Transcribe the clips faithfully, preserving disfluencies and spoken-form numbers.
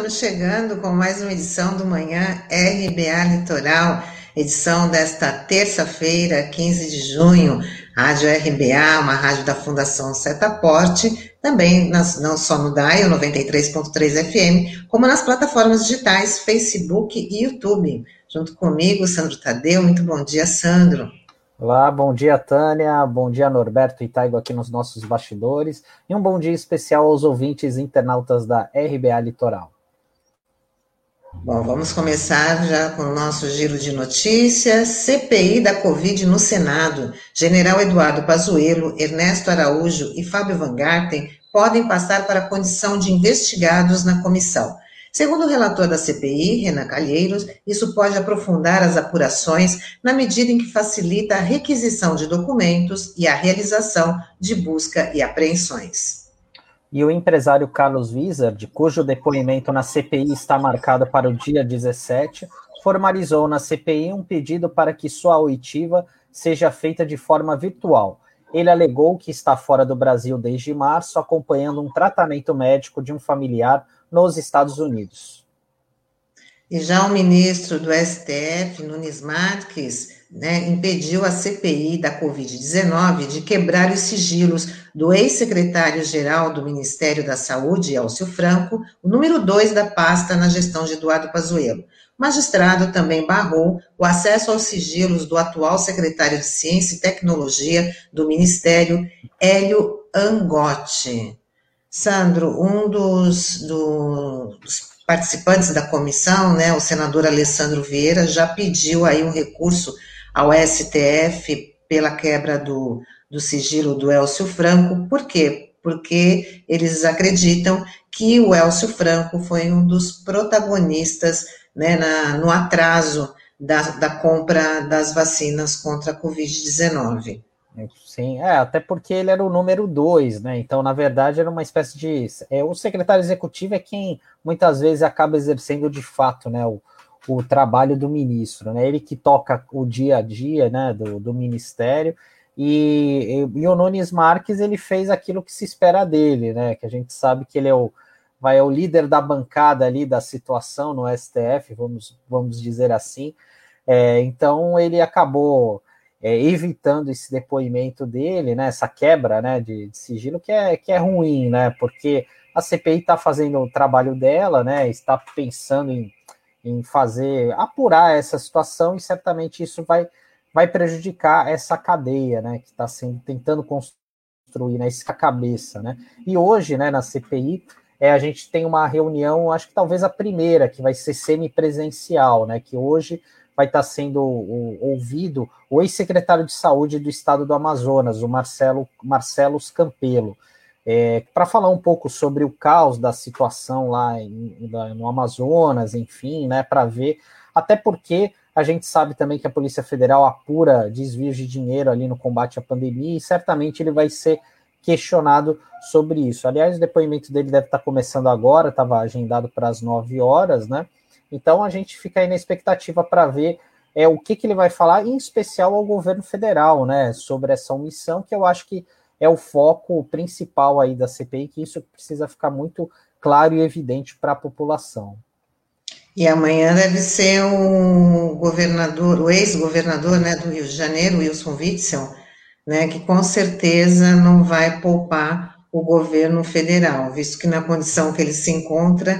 estamos chegando com mais uma edição do Manhã R B A Litoral, edição desta terça-feira, quinze de junho, Rádio R B A, uma rádio da Fundação Setaporte, também nas, não só no Dial noventa e três ponto três F M, como nas plataformas digitais Facebook e YouTube. Junto comigo, Sandro Tadeu. Muito bom dia, Sandro. Olá, bom dia, Tânia, bom dia, Norberto e Taigo aqui nos nossos bastidores, e um bom dia especial aos ouvintes internautas da R B A Litoral. Bom, vamos começar já com o nosso giro de notícias. C P I da Covid no Senado. General Eduardo Pazuello, Ernesto Araújo e Fábio Van Garten podem passar para a condição de investigados na comissão. Segundo o relator da C P I, Renan Calheiros, isso pode aprofundar as apurações na medida em que facilita a requisição de documentos e a realização de busca e apreensões. E o empresário Carlos Wizard, cujo depoimento na C P I está marcado para o dia dezessete, formalizou na C P I um pedido para que sua oitiva seja feita de forma virtual. Ele alegou que está fora do Brasil desde março, acompanhando um tratamento médico de um familiar nos Estados Unidos. E já o ministro do S T F, Nunes Marques, né, impediu a C P I da Covid dezenove de quebrar os sigilos do ex-secretário-geral do Ministério da Saúde, Elcio Franco, o número dois da pasta na gestão de Eduardo Pazuello. O magistrado também barrou o acesso aos sigilos do atual secretário de Ciência e Tecnologia do Ministério, Hélio Angotti. Sandro, um dos, do, dos participantes da comissão, né, o senador Alessandro Vieira, já pediu aí um recurso ao S T F pela quebra do, do sigilo do Elcio Franco. Por quê? Porque eles acreditam que o Elcio Franco foi um dos protagonistas, né, na, no atraso da, da compra das vacinas contra a Covid dezenove. Sim, é, até porque ele era o número dois, né? Então, na verdade, era uma espécie de. É, o secretário executivo é quem muitas vezes acaba exercendo de fato, né, o, o trabalho do ministro, né? Ele que toca o dia a dia, né, do, do ministério. E, e, e o Nunes Marques, ele fez aquilo que se espera dele, né? Que a gente sabe que ele é o, vai, é o líder da bancada ali da situação no S T F, vamos, vamos dizer assim. É, então, ele acabou. É, evitando esse depoimento dele, né, essa quebra, né, de, de sigilo, que é, que é ruim, né, porque a C P I está fazendo o trabalho dela, né, está pensando em, em fazer, apurar essa situação, e certamente isso vai, vai prejudicar essa cadeia, né, que está sendo, tentando construir, né, essa cabeça, né, e hoje, né, na C P I, é, a gente tem uma reunião, acho que talvez a primeira, que vai ser semipresencial, né, que hoje vai estar sendo ouvido o ex-secretário de Saúde do estado do Amazonas, o Marcelo Marcelos Campelo, é, para falar um pouco sobre o caos da situação lá em, no Amazonas, enfim, né, para ver, até porque a gente sabe também que a Polícia Federal apura desvios de dinheiro ali no combate à pandemia, e certamente ele vai ser questionado sobre isso. Aliás, o depoimento dele deve estar começando agora, estava agendado para as nove horas, né? Então, a gente fica aí na expectativa para ver é, o que, que ele vai falar, em especial ao governo federal, né, sobre essa omissão, que eu acho que é o foco principal aí da C P I, que isso precisa ficar muito claro e evidente para a população. E amanhã deve ser o governador, o ex-governador, né, do Rio de Janeiro, Wilson Witzel, né, que com certeza não vai poupar o governo federal, visto que na condição que ele se encontra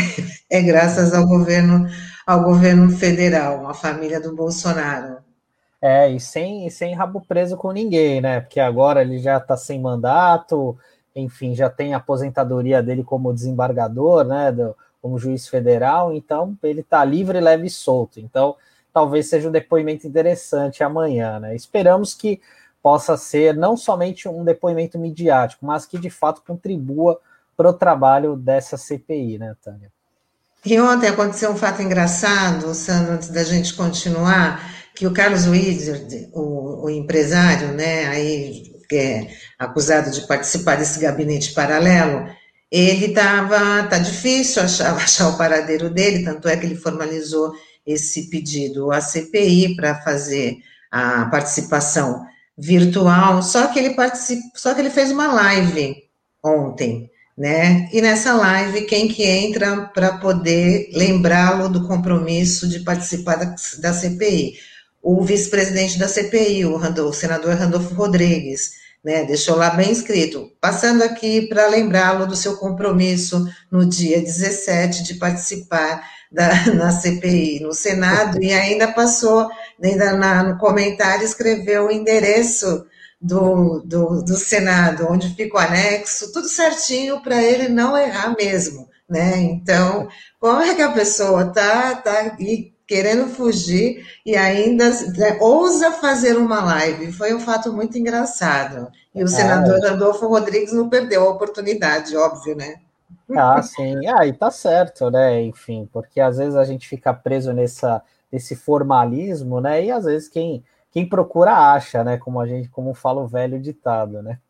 é graças ao governo, ao governo federal, à família do Bolsonaro. É, e sem, e sem rabo preso com ninguém, né? Porque agora ele já está sem mandato, enfim, já tem a aposentadoria dele como desembargador, né? Do, como juiz federal, então ele está livre, leve e solto. Então, talvez seja um depoimento interessante amanhã, né? Esperamos que possa ser não somente um depoimento midiático, mas que de fato contribua para o trabalho dessa C P I, né, Tânia? E ontem aconteceu um fato engraçado, Sandro, antes da gente continuar, que o Carlos Wizard, o, o empresário, né, aí, que é acusado de participar desse gabinete paralelo, ele estava, tá difícil achar, achar o paradeiro dele, tanto é que ele formalizou esse pedido à C P I para fazer a participação virtual, só que ele particip, só que ele fez uma live ontem, né? E nessa live, quem que entra para poder lembrá-lo do compromisso de participar da, da C P I? O vice-presidente da C P I, o, Randolfo, o senador Randolfo Rodrigues, né? Deixou lá bem escrito, passando aqui para lembrá-lo do seu compromisso no dia dezessete de participar da, na C P I, no Senado, e ainda passou, ainda na, no comentário escreveu o endereço do, do, do Senado, onde fica o anexo, tudo certinho para ele não errar mesmo, né? Então, como é que a pessoa tá, tá querendo fugir e ainda, né, ousa fazer uma live? Foi um fato muito engraçado. E o senador Ah, Randolfo Rodrigues não perdeu a oportunidade, óbvio, né? ah, sim. Ah, e tá certo, né? Enfim, porque às vezes a gente fica preso nessa, nesse formalismo, né? E às vezes quem, quem procura acha, né? Como a gente, como fala o velho ditado, né?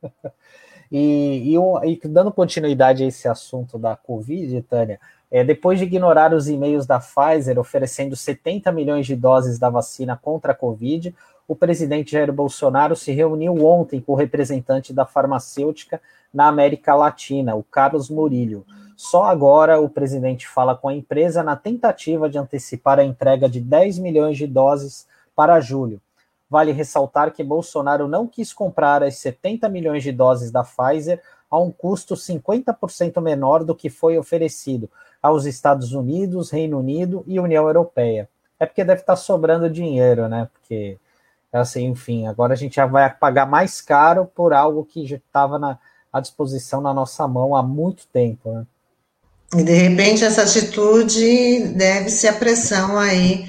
E, e, e dando continuidade a esse assunto da Covid, Tânia, é, depois de ignorar os e-mails da Pfizer oferecendo setenta milhões de doses da vacina contra a Covid, o presidente Jair Bolsonaro se reuniu ontem com o representante da farmacêutica na América Latina, o Carlos Murillo. Só agora o presidente fala com a empresa na tentativa de antecipar a entrega de dez milhões de doses para julho. Vale ressaltar que Bolsonaro não quis comprar as setenta milhões de doses da Pfizer a um custo cinquenta por cento menor do que foi oferecido aos Estados Unidos, Reino Unido e União Europeia. É porque deve estar sobrando dinheiro, né? Porque, assim, enfim, agora a gente já vai pagar mais caro por algo que já estava à disposição na nossa mão há muito tempo, né? E de repente essa atitude deve-se à pressão aí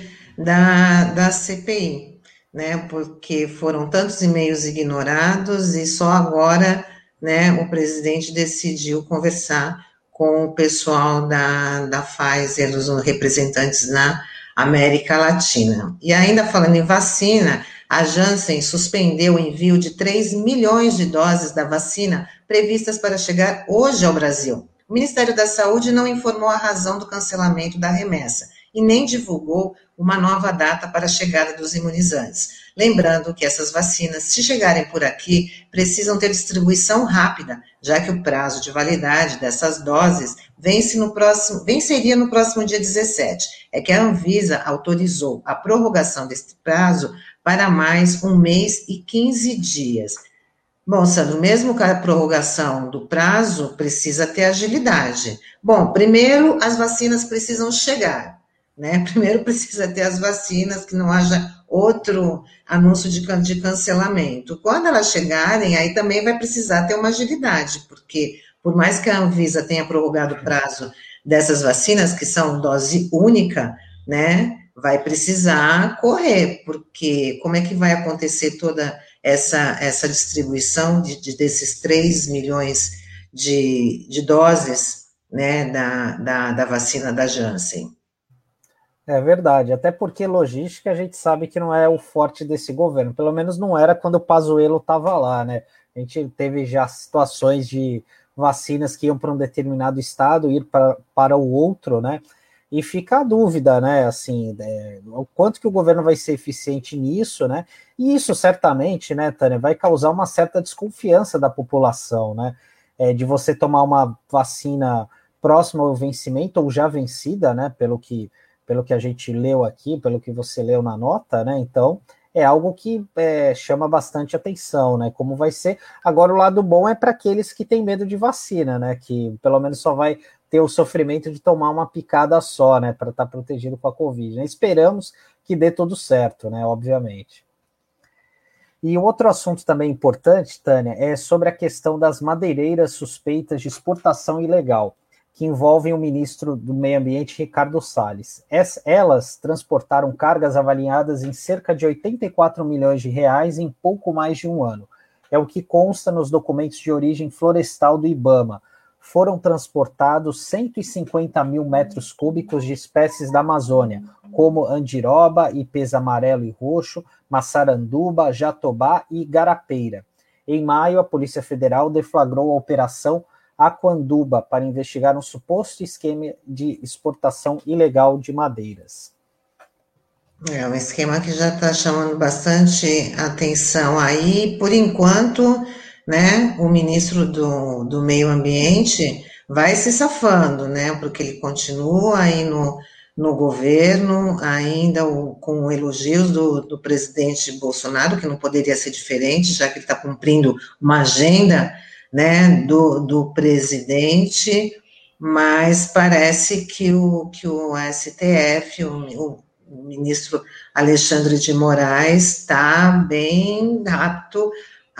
da, da C P I, né? Porque foram tantos e-mails ignorados e só agora, né, o presidente decidiu conversar com o pessoal da, da Pfizer, os representantes na América Latina. E ainda falando em vacina, a Janssen suspendeu o envio de três milhões de doses da vacina previstas para chegar hoje ao Brasil. O Ministério da Saúde não informou a razão do cancelamento da remessa e nem divulgou uma nova data para a chegada dos imunizantes. Lembrando que essas vacinas, se chegarem por aqui, precisam ter distribuição rápida, já que o prazo de validade dessas doses vence no próximo, venceria no próximo dia dezessete. É que a Anvisa autorizou a prorrogação desse prazo para mais um mês e quinze dias. Bom, Sandro, mesmo com a prorrogação do prazo, precisa ter agilidade. Bom, primeiro as vacinas precisam chegar, né? Primeiro precisa ter as vacinas, que não haja outro anúncio de, de cancelamento. Quando elas chegarem, aí também vai precisar ter uma agilidade, porque por mais que a Anvisa tenha prorrogado o prazo dessas vacinas, que são dose única, né? Vai precisar correr, porque como é que vai acontecer toda essa, essa distribuição de, de, desses três milhões de, de doses, né, da, da, da vacina da Janssen? É verdade, até porque logística a gente sabe que não é o forte desse governo, pelo menos não era quando o Pazuello estava lá, né? A gente teve já situações de vacinas que iam para um determinado estado, ir para, para o outro, né? E fica a dúvida, né, assim, é, o quanto que o governo vai ser eficiente nisso, né, e isso certamente, né, Tânia, vai causar uma certa desconfiança da população, né, é, de você tomar uma vacina próxima ao vencimento ou já vencida, né, pelo que, pelo que a gente leu aqui, pelo que você leu na nota, né, então é algo que é, chama bastante atenção, né, como vai ser. Agora o lado bom é para aqueles que têm medo de vacina, né, que pelo menos só vai ter o sofrimento de tomar uma picada só, né, para estar protegido com a Covid, né? Esperamos que dê tudo certo, né, obviamente. E outro assunto também importante, Tânia, é sobre a questão das madeireiras suspeitas de exportação ilegal, que envolvem o ministro do Meio Ambiente, Ricardo Salles. Elas transportaram cargas avaliadas em cerca de oitenta e quatro milhões de reais em pouco mais de um ano. É o que consta nos documentos de origem florestal do IBAMA. Foram transportados cento e cinquenta mil metros cúbicos de espécies da Amazônia, como andiroba, ipês amarelo e roxo, maçaranduba, jatobá e garapeira. Em maio, a Polícia Federal deflagrou a Operação Aquanduba para investigar um suposto esquema de exportação ilegal de madeiras. É um esquema que já está chamando bastante atenção aí. Por enquanto, né, o ministro do, do Meio Ambiente vai se safando, né? Porque ele continua aí no, no governo, ainda o, com elogios do, do presidente Bolsonaro, que não poderia ser diferente, já que ele está cumprindo uma agenda, né, do, do presidente, mas parece que o, que o S T F, o, o ministro Alexandre de Moraes, está bem apto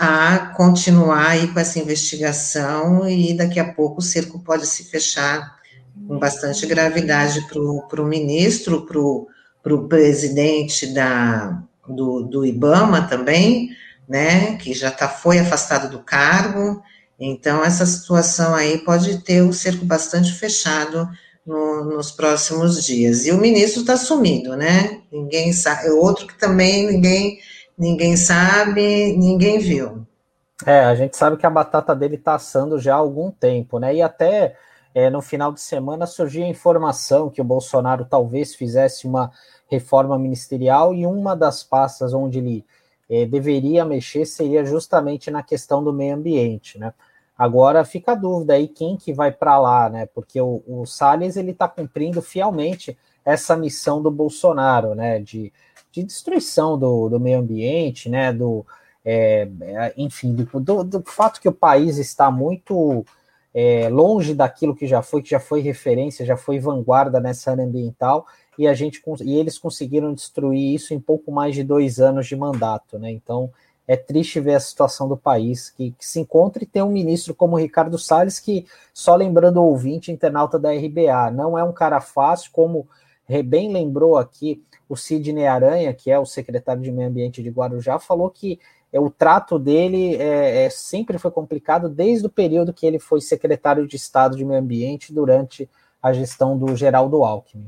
a continuar aí com essa investigação e daqui a pouco o cerco pode se fechar com bastante gravidade para o ministro, para o presidente da, do, do IBAMA também, né, que já tá, foi afastado do cargo. Então, essa situação aí pode ter o cerco bastante fechado no, nos próximos dias. E o ministro está sumido, né? Ninguém sabe. É outro que também ninguém, ninguém sabe, ninguém viu. É, a gente sabe que a batata dele está assando já há algum tempo, né? E até é, no final de semana surgiu a informação que o Bolsonaro talvez fizesse uma reforma ministerial e uma das pastas onde ele é, deveria mexer seria justamente na questão do meio ambiente, né? Agora fica a dúvida aí quem que vai para lá, né? Porque o, o Salles ele está cumprindo fielmente essa missão do Bolsonaro, né? De, de destruição do, do meio ambiente, né? Do, é, enfim, do, do, do fato que o país está muito é, longe daquilo que já foi, que já foi referência, já foi vanguarda nessa área ambiental, e a gente e eles conseguiram destruir isso em pouco mais de dois anos de mandato, né? Então é triste ver a situação do país, que, que se encontra e tem um ministro como Ricardo Salles, que, só lembrando o ouvinte, internauta da R B A, não é um cara fácil, como bem lembrou aqui o Sidney Aranha, que é o secretário de Meio Ambiente de Guarujá, falou que é, o trato dele é, é, sempre foi complicado, desde o período que ele foi secretário de Estado de Meio Ambiente, durante a gestão do Geraldo Alckmin.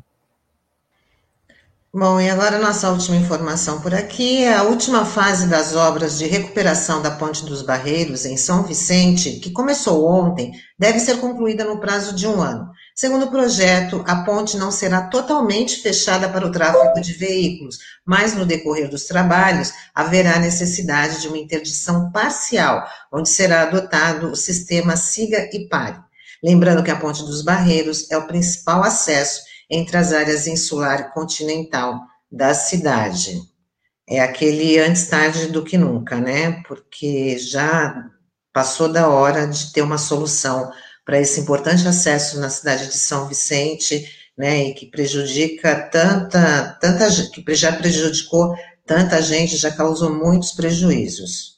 Bom, e agora a nossa última informação por aqui. A última fase das obras de recuperação da Ponte dos Barreiros, em São Vicente, que começou ontem, deve ser concluída no prazo de um ano. Segundo o projeto, a ponte não será totalmente fechada para o tráfego de veículos, mas no decorrer dos trabalhos haverá necessidade de uma interdição parcial, onde será adotado o sistema siga e pare. Lembrando que a Ponte dos Barreiros é o principal acesso entre as áreas insular e continental da cidade. É aquele antes tarde do que nunca, né? Porque já passou da hora de ter uma solução para esse importante acesso na cidade de São Vicente, né? E que prejudica tanta, tanta, que já prejudicou tanta gente, já causou muitos prejuízos.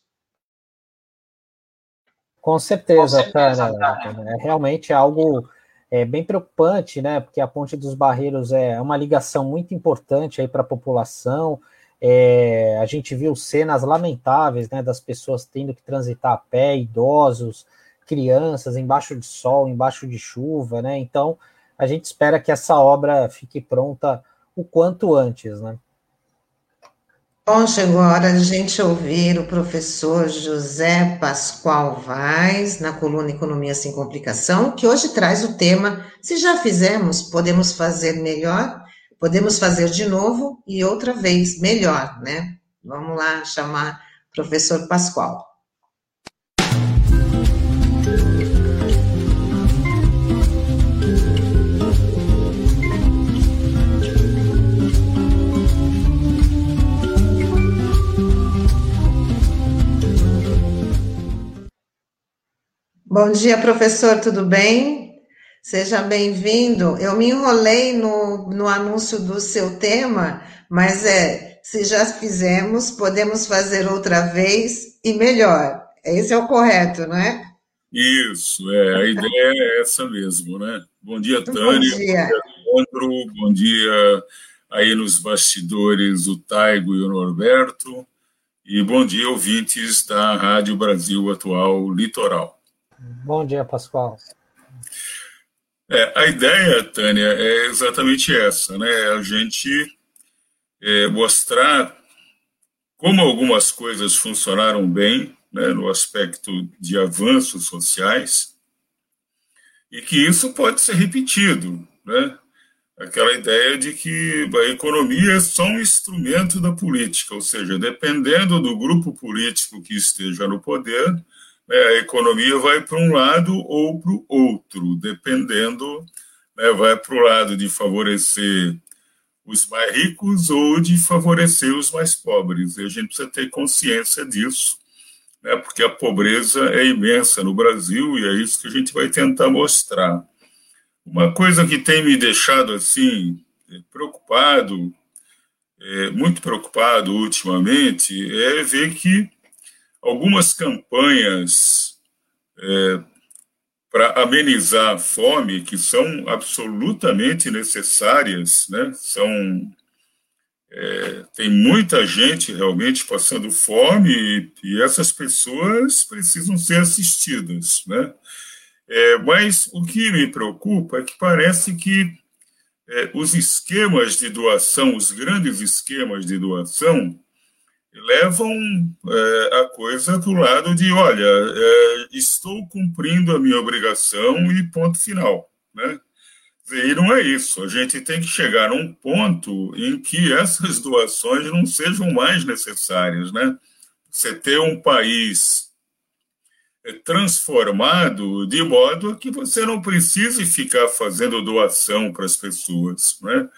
Com certeza, Com certeza cara. cara. É realmente algo É bem preocupante, né? Porque a Ponte dos Barreiros é uma ligação muito importante aí para a população. É, a gente viu cenas lamentáveis, né? Das pessoas tendo que transitar a pé, idosos, crianças, embaixo de sol, embaixo de chuva, né? Então, a gente espera que essa obra fique pronta o quanto antes, né? Bom, chegou a hora de a gente ouvir o professor José Pascoal Vaz, na coluna Economia Sem Complicação, que hoje traz o tema: se já fizemos, podemos fazer melhor, podemos fazer de novo e outra vez melhor, né? Vamos lá chamar o professor Pascoal. Bom dia, professor, tudo bem? Seja bem-vindo. Eu me enrolei no, no anúncio do seu tema, mas é, se já fizemos, podemos fazer outra vez e melhor. Esse é o correto, não é? Isso, é, a ideia é essa mesmo, né? Bom dia, Tânia. Bom dia. Bom dia, Leandro. Bom dia aí nos bastidores, o Taigo e o Norberto. E bom dia, ouvintes da Rádio Brasil Atual Litoral. Bom dia, Pascoal. É, a ideia, Tânia, é exatamente essa, né? A gente é, mostrar como algumas coisas funcionaram bem, né, no aspecto de avanços sociais, e que isso pode ser repetido, né? Aquela ideia de que a economia é só um instrumento da política, ou seja, dependendo do grupo político que esteja no poder, né, a economia vai para um lado ou para o outro, dependendo, né, vai para o lado de favorecer os mais ricos ou de favorecer os mais pobres. E a gente precisa ter consciência disso, né, porque a pobreza é imensa no Brasil e é isso que a gente vai tentar mostrar. Uma coisa que tem me deixado assim preocupado, é, muito preocupado ultimamente, é ver que algumas campanhas é, para amenizar a fome, que são absolutamente necessárias, né? São, é, tem muita gente realmente passando fome e, e essas pessoas precisam ser assistidas, né? É, mas o que me preocupa é que parece que é, os esquemas de doação, os grandes esquemas de doação, levam é, a coisa do lado de, olha, é, estou cumprindo a minha obrigação e ponto final, né? E não é isso. A gente tem que chegar num ponto em que essas doações não sejam mais necessárias, né? Você ter um país transformado de modo que você não precise ficar fazendo doação para as pessoas, né?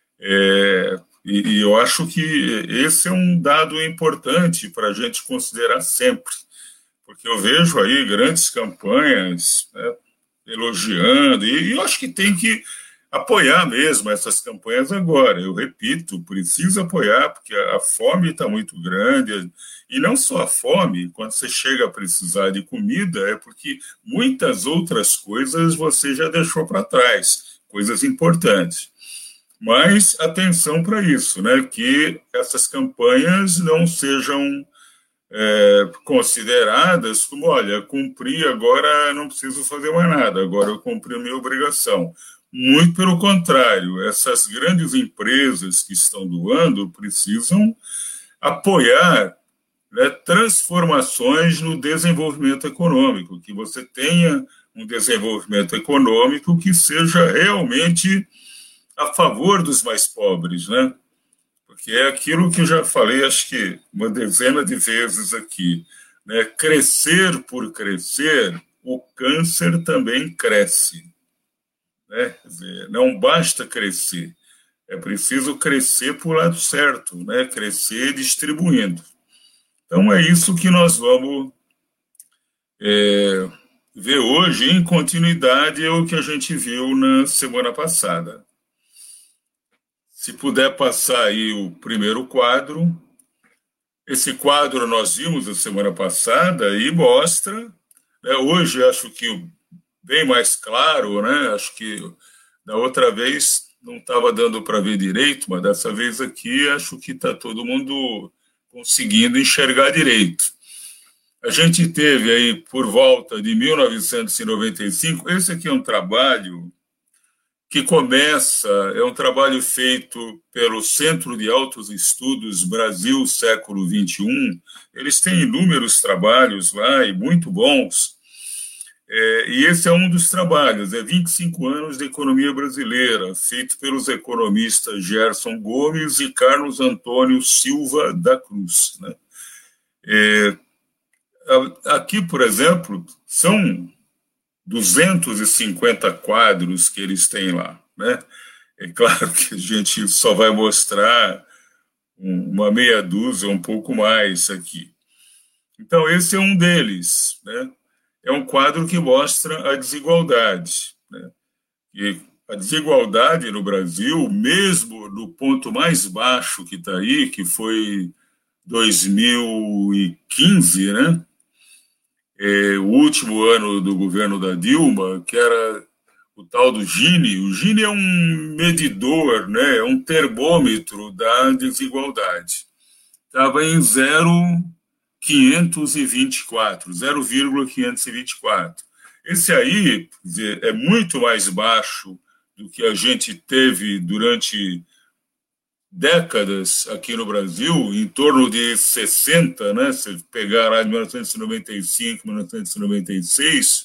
É, e, e eu acho que esse é um dado importante para a gente considerar sempre, porque eu vejo aí grandes campanhas, né, elogiando, e, e eu acho que tem que apoiar mesmo essas campanhas agora. Eu repito, precisa apoiar, porque a, a fome está muito grande, e não só a fome, quando você chega a precisar de comida, é porque muitas outras coisas você já deixou para trás, coisas importantes. Mas atenção para isso, né? Que essas campanhas não sejam é, consideradas como, olha, cumpri, agora não preciso fazer mais nada, agora eu cumpri a minha obrigação. Muito pelo contrário, essas grandes empresas que estão doando precisam apoiar, né, transformações no desenvolvimento econômico, que você tenha um desenvolvimento econômico que seja realmente a favor dos mais pobres, né? Porque é aquilo que eu já falei, acho que uma dezena de vezes aqui, né? Crescer por crescer, o câncer também cresce, né? Quer dizer, não basta crescer, é preciso crescer por lado certo, né? Crescer distribuindo. Então é isso que nós vamos é, ver hoje, em continuidade ao que a gente viu na semana passada. Se puder passar aí o primeiro quadro. Esse quadro nós vimos a semana passada e mostra, né, hoje acho que bem mais claro, né? Acho que da outra vez não estava dando para ver direito, mas dessa vez aqui acho que está todo mundo conseguindo enxergar direito. A gente teve aí por volta de mil novecentos e noventa e cinco, esse aqui é um trabalho que começa, é um trabalho feito pelo Centro de Altos Estudos Brasil Século vinte e um. Eles têm inúmeros trabalhos lá e muito bons. É, e esse é um dos trabalhos, é vinte e cinco anos de economia brasileira, feito pelos economistas Gerson Gomes e Carlos Antônio Silva da Cruz, né? É, aqui, por exemplo, são duzentos e cinquenta quadros que eles têm lá, né? É claro que a gente só vai mostrar uma meia dúzia, um pouco mais aqui. Então, esse é um deles, né? É um quadro que mostra a desigualdade, né? E a desigualdade no Brasil, mesmo no ponto mais baixo que está aí, que foi dois mil e quinze, né? É, o último ano do governo da Dilma, que era o tal do Gini. O Gini é um medidor, né, é um termômetro da desigualdade. Estava em zero vírgula quinhentos e vinte e quatro, zero vírgula quinhentos e vinte e quatro. Esse aí, quer dizer, é muito mais baixo do que a gente teve durante décadas aqui no Brasil, em torno de sessenta, né? Se pegar lá de mil novecentos e noventa e cinco, mil novecentos e noventa e seis,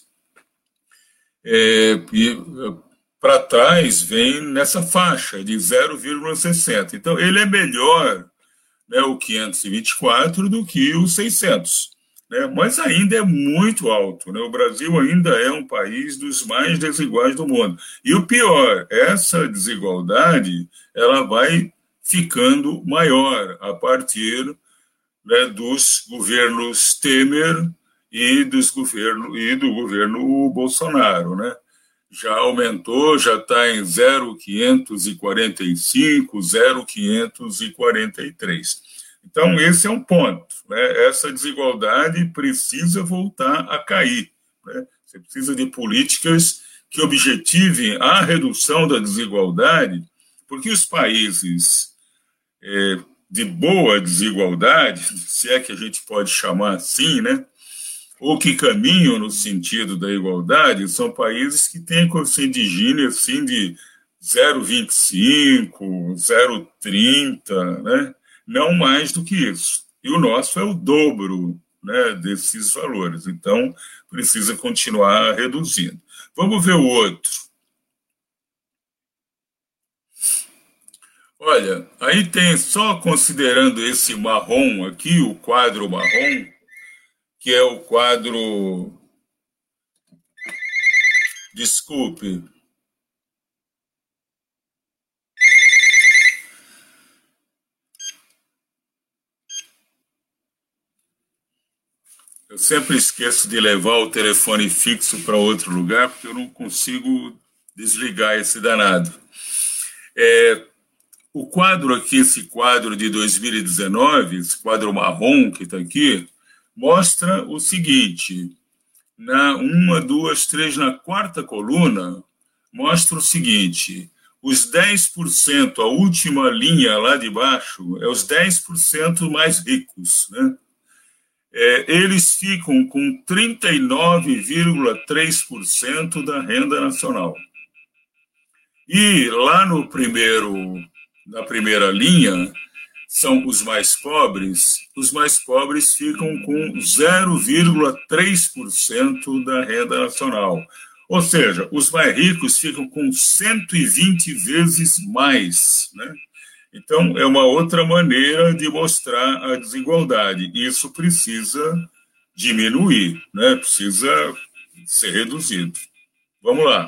é, para trás vem nessa faixa de zero vírgula sessenta. Então, ele é melhor, né, o quinhentos e vinte e quatro do que o seiscentos. né? Mas ainda é muito alto, né? O Brasil ainda é um país dos mais desiguais do mundo. E o pior, essa desigualdade ela vai ficando maior a partir, né, dos governos Temer e, dos governo, e do governo Bolsonaro, né? Já aumentou, já está em zero vírgula quinhentos e quarenta e cinco, zero vírgula quinhentos e quarenta e três. Então, esse é um ponto, né? Essa desigualdade precisa voltar a cair, né? Você precisa de políticas que objetivem a redução da desigualdade, porque os países é, de boa desigualdade, se é que a gente pode chamar assim, né? Ou que caminham no sentido da igualdade, são países que têm coeficiente de Gini assim, de zero vírgula vinte e cinco, zero vírgula trinta, né? Não mais do que isso. E o nosso é o dobro, né, desses valores. Então, precisa continuar reduzindo. Vamos ver o outro. Olha, aí tem, só considerando esse marrom aqui, o quadro marrom, que é o quadro... Desculpe. Eu sempre esqueço de levar o telefone fixo para outro lugar, porque eu não consigo desligar esse danado. É, o quadro aqui, esse quadro de dois mil e dezenove, esse quadro marrom que está aqui, mostra o seguinte: na uma, duas, três, na quarta coluna, mostra o seguinte: os dez por cento, a última linha lá de baixo, é os dez por cento mais ricos, né? É, eles ficam com trinta e nove vírgula três por cento da renda nacional. E lá no primeiro, na primeira linha, são os mais pobres, os mais pobres ficam com zero vírgula três por cento da renda nacional. Ou seja, os mais ricos ficam com cento e vinte vezes mais, né? Então, é uma outra maneira de mostrar a desigualdade. Isso precisa diminuir, né? Precisa ser reduzido. Vamos lá.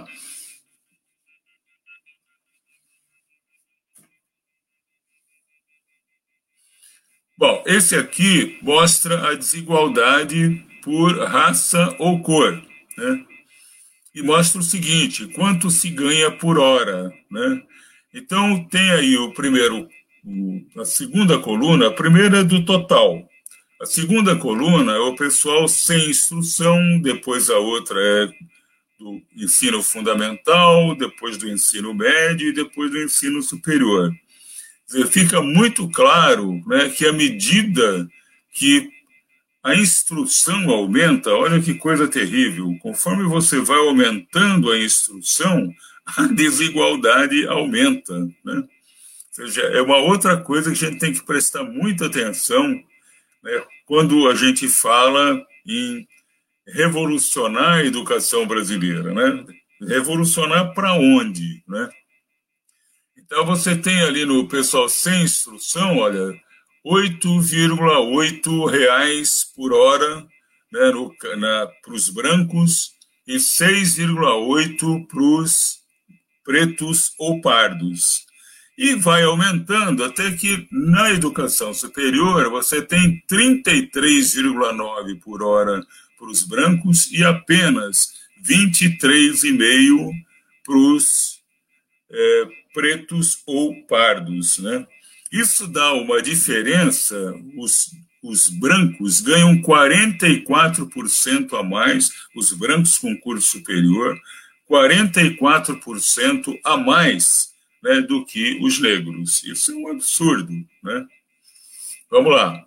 Bom, esse aqui mostra a desigualdade por raça ou cor, né? E mostra o seguinte: quanto se ganha por hora, né? Então, tem aí o primeiro, a segunda coluna, a primeira é do total. A segunda coluna é o pessoal sem instrução, depois a outra é do ensino fundamental, depois do ensino médio e depois do ensino superior. Quer dizer, fica muito claro, né, que à medida que a instrução aumenta, olha que coisa terrível, conforme você vai aumentando a instrução, a desigualdade aumenta, né? Ou seja, é uma outra coisa que a gente tem que prestar muita atenção, né, quando a gente fala em revolucionar a educação brasileira, né? Revolucionar para onde, né? Então, você tem ali no pessoal sem instrução, olha, oito vírgula oito reais por hora, né, para os brancos e seis vírgula oito para os pretos ou pardos. E vai aumentando até que na educação superior você tem trinta e três vírgula nove por hora para os brancos e apenas vinte e três vírgula cinco para os é, pretos ou pardos, né? Isso dá uma diferença, os, os brancos ganham quarenta e quatro por cento a mais, os brancos com curso superior, quarenta e quatro por cento a mais, né, do que os negros. Isso é um absurdo, né? Vamos lá.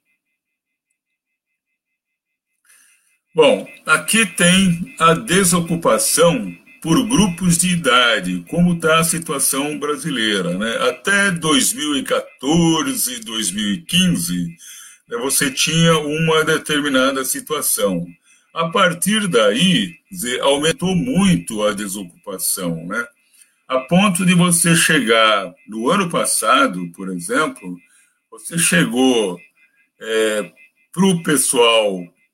Bom, aqui tem a desocupação por grupos de idade, como está a situação brasileira, né? Até dois mil e quatorze, dois mil e quinze, né, você tinha uma determinada situação. A partir daí, dizer, aumentou muito a desocupação, né? A ponto de você chegar, no ano passado, por exemplo, você chegou é, para o pessoal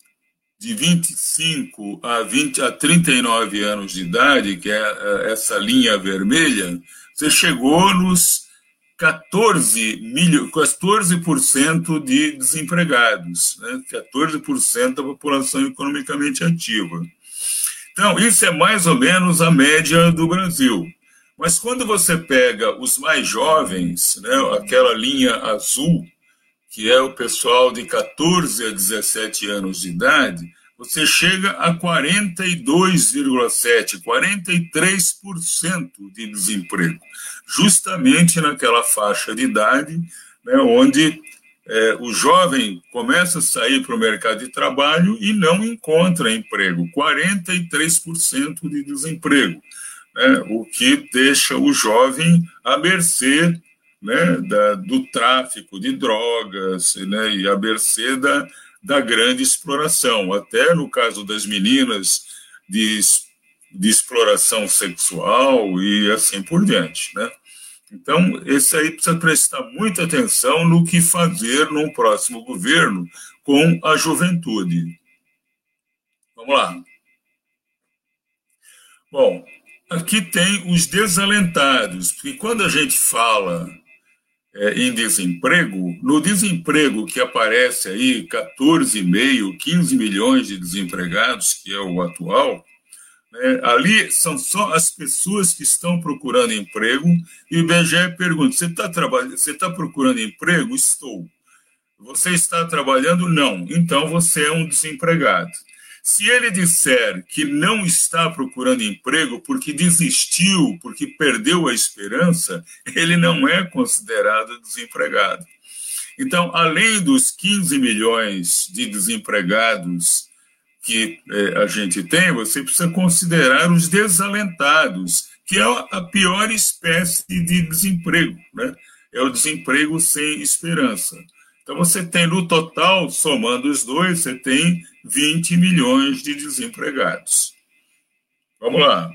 de vinte e cinco a, vinte, a trinta e nove anos de idade, que é essa linha vermelha, você chegou nos quatorze por cento de desempregados, né? quatorze por cento da população economicamente ativa. Então, isso é mais ou menos a média do Brasil. Mas quando você pega os mais jovens, né, aquela linha azul, que é o pessoal de quatorze a dezessete anos de idade, você chega a quarenta e dois vírgula sete por cento, quarenta e três por cento de desemprego, justamente naquela faixa de idade, né, onde é, o jovem começa a sair para o mercado de trabalho e não encontra emprego, quarenta e três por cento de desemprego, né, o que deixa o jovem à mercê, né, da, do tráfico de drogas, né, e à mercê da, da grande exploração, até no caso das meninas, de, de exploração sexual e assim por diante, né? Então, esse aí precisa prestar muita atenção no que fazer num próximo governo com a juventude. Vamos lá. Bom, aqui tem os desalentados, porque quando a gente fala é, em desemprego, no desemprego que aparece aí, quatorze vírgula cinco, quinze milhões de desempregados, que é o atual, né, ali são só as pessoas que estão procurando emprego, e o I B G E pergunta, você está trabalhando, você está procurando emprego? Estou. Você está trabalhando? Não. Então você é um desempregado. Se ele disser que não está procurando emprego porque desistiu, porque perdeu a esperança, ele não é considerado desempregado. Então, além dos quinze milhões de desempregados que eh, a gente tem, você precisa considerar os desalentados, que é a pior espécie de desemprego, né? É o desemprego sem esperança. Então, você tem, no total, somando os dois, você tem vinte milhões de desempregados. Vamos lá.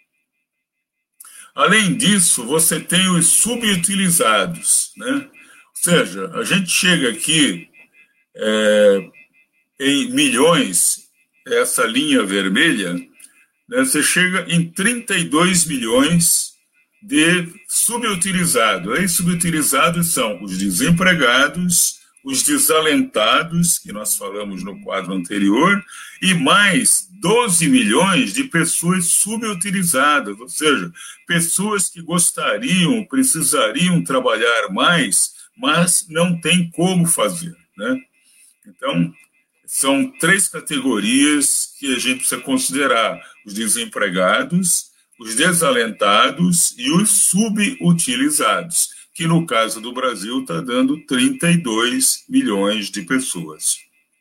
Além disso, você tem os subutilizados, né? Ou seja, a gente chega aqui é, em milhões, essa linha vermelha, né, você chega em trinta e dois milhões de subutilizados. Aí, subutilizados são os desempregados, os desalentados, que nós falamos no quadro anterior, e mais doze milhões de pessoas subutilizadas, ou seja, pessoas que gostariam, precisariam trabalhar mais, mas não têm como fazer, né? Então, são três categorias que a gente precisa considerar: os desempregados, os desalentados e os subutilizados, que no caso do Brasil está dando trinta e dois milhões de pessoas.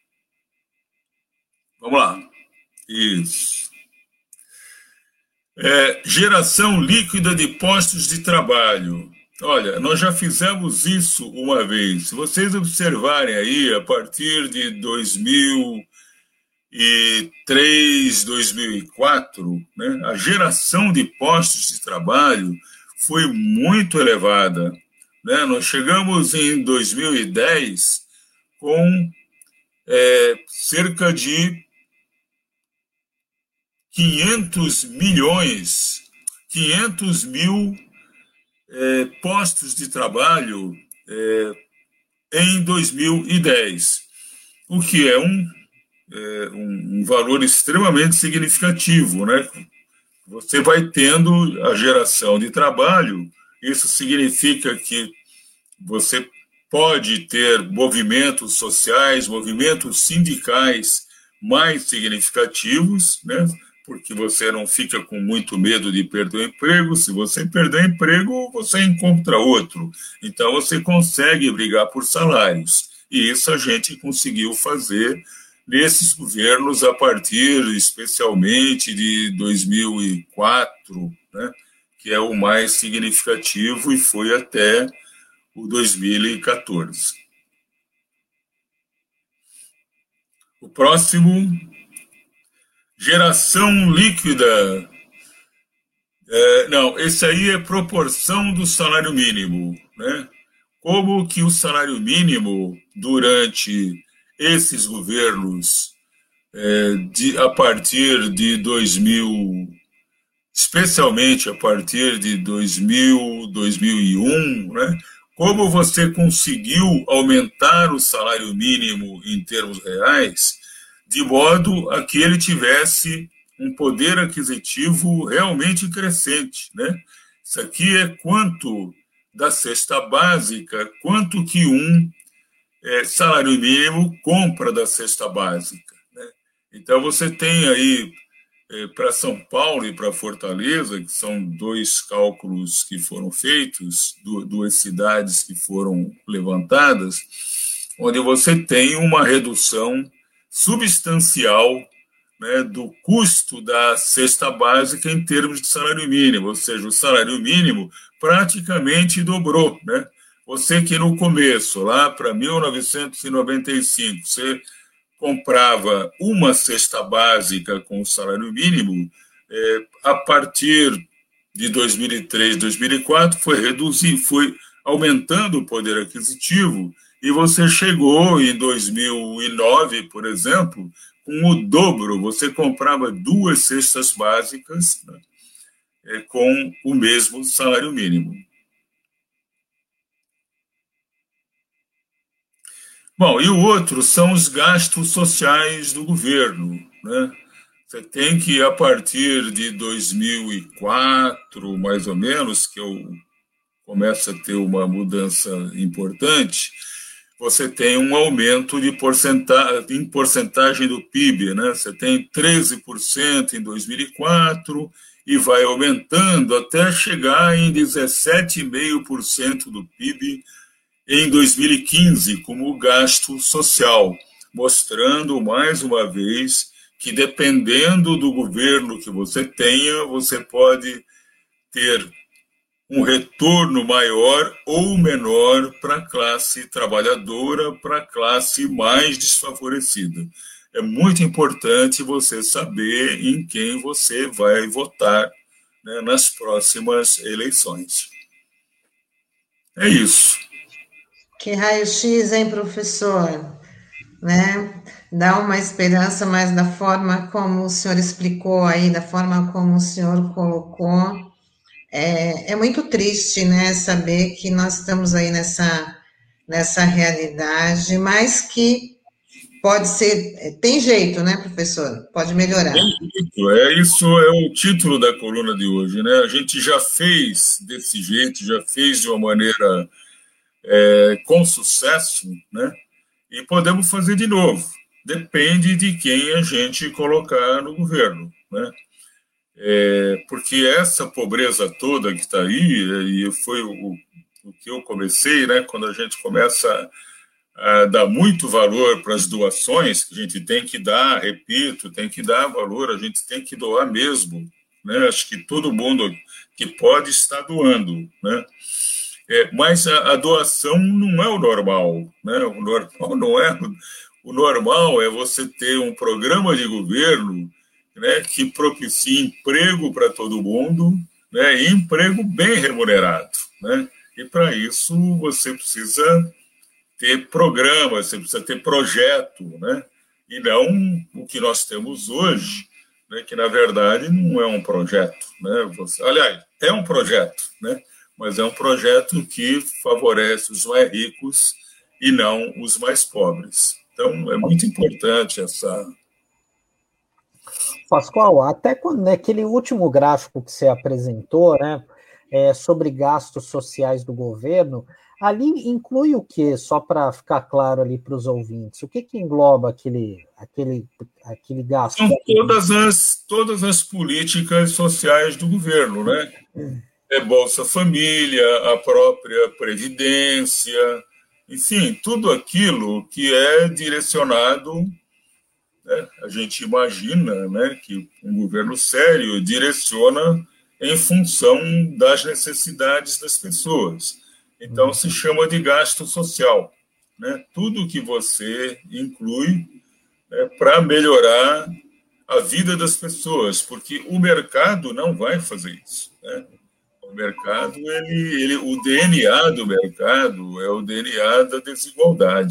Vamos lá. Isso. É, geração líquida de postos de trabalho. Olha, nós já fizemos isso uma vez. Se vocês observarem aí, a partir de dois mil e três, dois mil e quatro, né, a geração de postos de trabalho foi muito elevada, né? Nós chegamos em dois mil e dez com é, cerca de quinhentos milhões, quinhentos mil é, postos de trabalho é, em dois mil e dez, o que é um, é, um, um valor extremamente significativo, né? Você vai tendo a geração de trabalho, isso significa que você pode ter movimentos sociais, movimentos sindicais mais significativos, né? Porque você não fica com muito medo de perder o emprego. Se você perder o emprego, você encontra outro. Então, você consegue brigar por salários. E isso a gente conseguiu fazer nesses governos a partir, especialmente, de dois mil e quatro, né, que é o mais significativo, e foi até o dois mil e quatorze. O próximo, geração líquida. É, não, esse aí é proporção do salário mínimo, né? Como que o salário mínimo, durante esses governos é, de, a partir de dois mil, especialmente a partir de dois mil, dois mil e um, né? Como você conseguiu aumentar o salário mínimo em termos reais, de modo a que ele tivesse um poder aquisitivo realmente crescente, né? Isso aqui é quanto da cesta básica, quanto que um é, salário mínimo compra da cesta básica, né? Então você tem aí é, para São Paulo e para Fortaleza, que são dois cálculos que foram feitos, duas cidades que foram levantadas, onde você tem uma redução substancial, né, do custo da cesta básica em termos de salário mínimo, ou seja, o salário mínimo praticamente dobrou, né? Você que no começo, lá para mil novecentos e noventa e cinco, você comprava uma cesta básica com o salário mínimo, é, a partir de dois mil e três, dois mil e quatro, foi reduzir, foi aumentando o poder aquisitivo, e você chegou em dois mil e nove, por exemplo, com o dobro, você comprava duas cestas básicas, né, é, com o mesmo salário mínimo. Bom, e o outro são os gastos sociais do governo, né? Você tem que, a partir de dois mil e quatro, mais ou menos, que eu começo a ter uma mudança importante, você tem um aumento de porcentagem, em porcentagem do P I B, né? Você tem treze por cento em dois mil e quatro e vai aumentando até chegar em dezessete vírgula cinco por cento do P I B em dois mil e quinze como gasto social, mostrando mais uma vez que dependendo do governo que você tenha, você pode ter um retorno maior ou menor para a classe trabalhadora, para a classe mais desfavorecida. É muito importante você saber em quem você vai votar, né, nas próximas eleições. É isso. Que raio-x, hein, professor? Né? Dá uma esperança, mas da forma como o senhor explicou aí, da forma como o senhor colocou, é, é muito triste, né, saber que nós estamos aí nessa, nessa realidade, mas que pode ser, tem jeito, né, professor? Pode melhorar. É, isso é o título da coluna de hoje, né? A gente já fez desse jeito, já fez de uma maneira é, com sucesso, né? E podemos fazer de novo. Depende de quem a gente colocar no governo, né? É, porque essa pobreza toda que está aí, e foi o, o que eu comecei, né? Quando a gente começa a dar muito valor para as doações, que a gente tem que dar, repito, tem que dar valor, a gente tem que doar mesmo, né? Acho que todo mundo que pode está doando, né? É, mas a, a doação não é o normal, né? O normal não é o normal é você ter um programa de governo, né, que propicie emprego para todo mundo, né, e emprego bem remunerado, né? E para isso você precisa ter programa, você precisa ter projeto, né? E não o que nós temos hoje, né, que na verdade não é um projeto, né? Você, aliás, é um projeto, né? Mas é um projeto que favorece os mais ricos e não os mais pobres. Então, é muito importante essa... Pascoal, até quando, naquele último gráfico que você apresentou, né, é, sobre gastos sociais do governo, ali inclui o quê? Só para ficar claro ali para os ouvintes, o que, que engloba aquele, aquele, aquele gasto? São todas as, todas as políticas sociais do governo, né? É Bolsa Família, a própria Previdência, enfim, tudo aquilo que é direcionado, né, a gente imagina, né, que um governo sério direciona em função das necessidades das pessoas. Então, se chama de gasto social, né? Tudo que você inclui, né, para melhorar a vida das pessoas, porque o mercado não vai fazer isso, né? O mercado, ele, ele, o D N A do mercado é o D N A da desigualdade,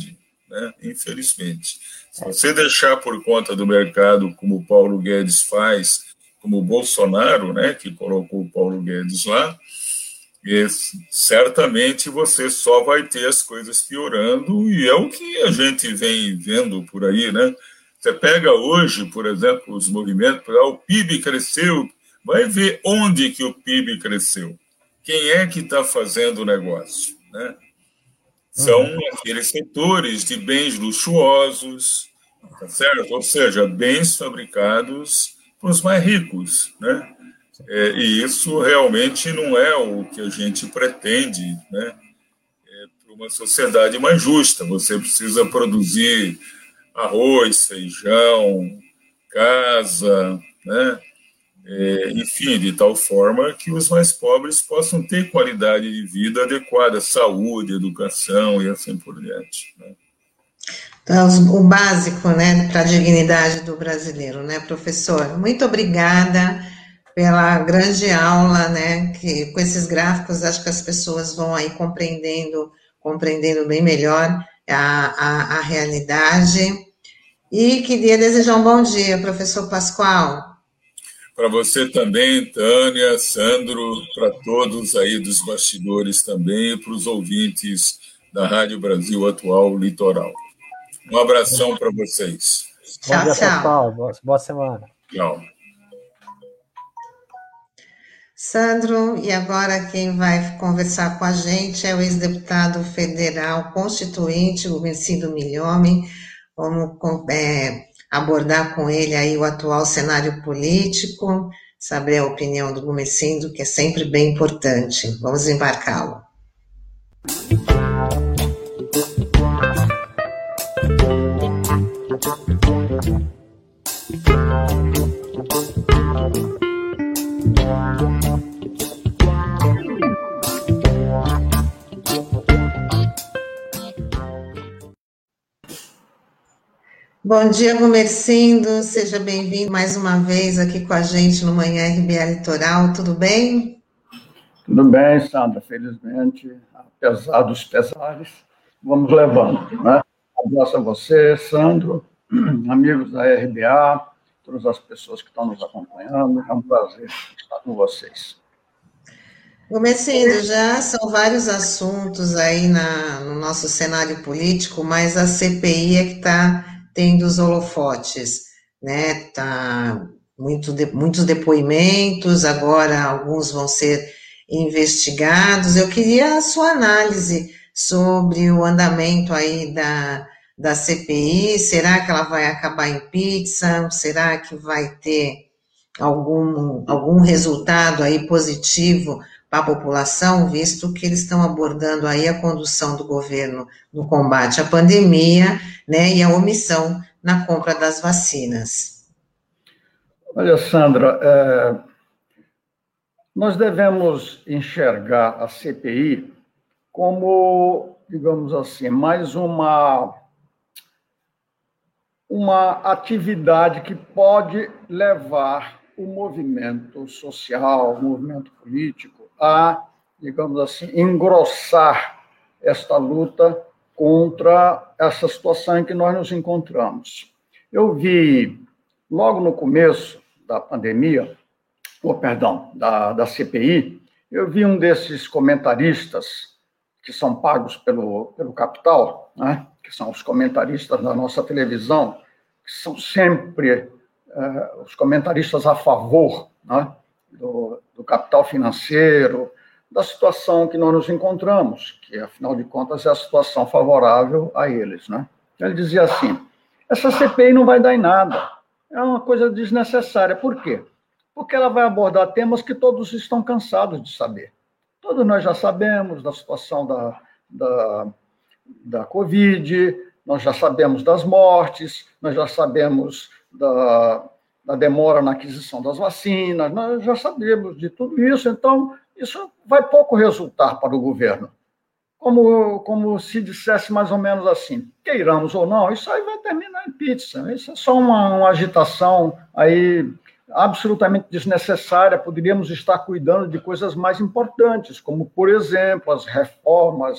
né? Infelizmente. Se você deixar por conta do mercado, como o Paulo Guedes faz, como o Bolsonaro, né, que colocou o Paulo Guedes lá, e certamente você só vai ter as coisas piorando, e é o que a gente vem vendo por aí, né? Você pega hoje, por exemplo, os movimentos, ah, o P I B cresceu, vai ver onde que o P I B cresceu. Quem é que está fazendo o negócio, né? São uhum. aqueles setores de bens luxuosos, tá certo? Ou seja, bens fabricados para os mais ricos, né? É, e isso realmente não é o que a gente pretende, né? É, para uma sociedade mais justa. Você precisa produzir arroz, feijão, casa, né? É, enfim, de tal forma que os mais pobres possam ter qualidade de vida adequada, saúde, educação e assim por diante, né? Então, o básico, né, para a dignidade do brasileiro, né, professor? Muito obrigada pela grande aula, né, que com esses gráficos acho que as pessoas vão aí compreendendo, compreendendo bem melhor a, a, a realidade. E queria desejar um bom dia, professor Pascoal. Para você também, Tânia, Sandro, para todos aí dos bastidores também, e para os ouvintes da Rádio Brasil Atual Litoral. Um abração para vocês. Tchau, bom dia, tchau. Pascoal. Boa, boa semana. Tchau. Sandro, e agora quem vai conversar com a gente é o ex-deputado federal constituinte, o Gumercindo Milhomem. Vamos é, abordar com ele aí o atual cenário político, saber a opinião do Gumercindo, que é sempre bem importante. Vamos embarcá-lo. Bom dia, Gumercindo, seja bem-vindo mais uma vez aqui com a gente no Manhã R B A Litoral, tudo bem? Tudo bem, Sandra, felizmente, apesar dos pesares, vamos levando, né? Abraço a você, Sandro, amigos da R B A, todas as pessoas que estão nos acompanhando, é um prazer estar com vocês. Gumercindo, já são vários assuntos aí na, no nosso cenário político, mas a C P I é que está tendo os holofotes, né? Tá muito de, muitos depoimentos, agora alguns vão ser investigados. Eu queria a sua análise sobre o andamento aí da, da C P I. Será que ela vai acabar em pizza? Será que vai ter algum, algum resultado aí positivo para a população, visto que eles estão abordando aí a condução do governo no combate à pandemia, né, e a omissão na compra das vacinas? Olha, Sandra, é, nós devemos enxergar a C P I como, digamos assim, mais uma, uma atividade que pode levar o movimento social, o movimento político, a, digamos assim, engrossar esta luta contra essa situação em que nós nos encontramos. Eu vi, logo no começo da pandemia, ou, perdão, da, da C P I, eu vi um desses comentaristas que são pagos pelo, pelo capital, né, que são os comentaristas da nossa televisão, que são sempre eh, os comentaristas a favor, né, do, do capital financeiro, da situação que nós nos encontramos, que, afinal de contas, é a situação favorável a eles, né? Ele dizia assim, essa C P I não vai dar em nada, é uma coisa desnecessária. Por quê? Porque ela vai abordar temas que todos estão cansados de saber. Todos nós já sabemos da situação da, da, da Covid, nós já sabemos das mortes, nós já sabemos da... da demora na aquisição das vacinas, nós já sabemos de tudo isso, então isso vai pouco resultar para o governo. Como, como se dissesse mais ou menos assim, queiramos ou não, isso aí vai terminar em pizza, isso é só uma, uma agitação aí absolutamente desnecessária, poderíamos estar cuidando de coisas mais importantes, como, por exemplo, as reformas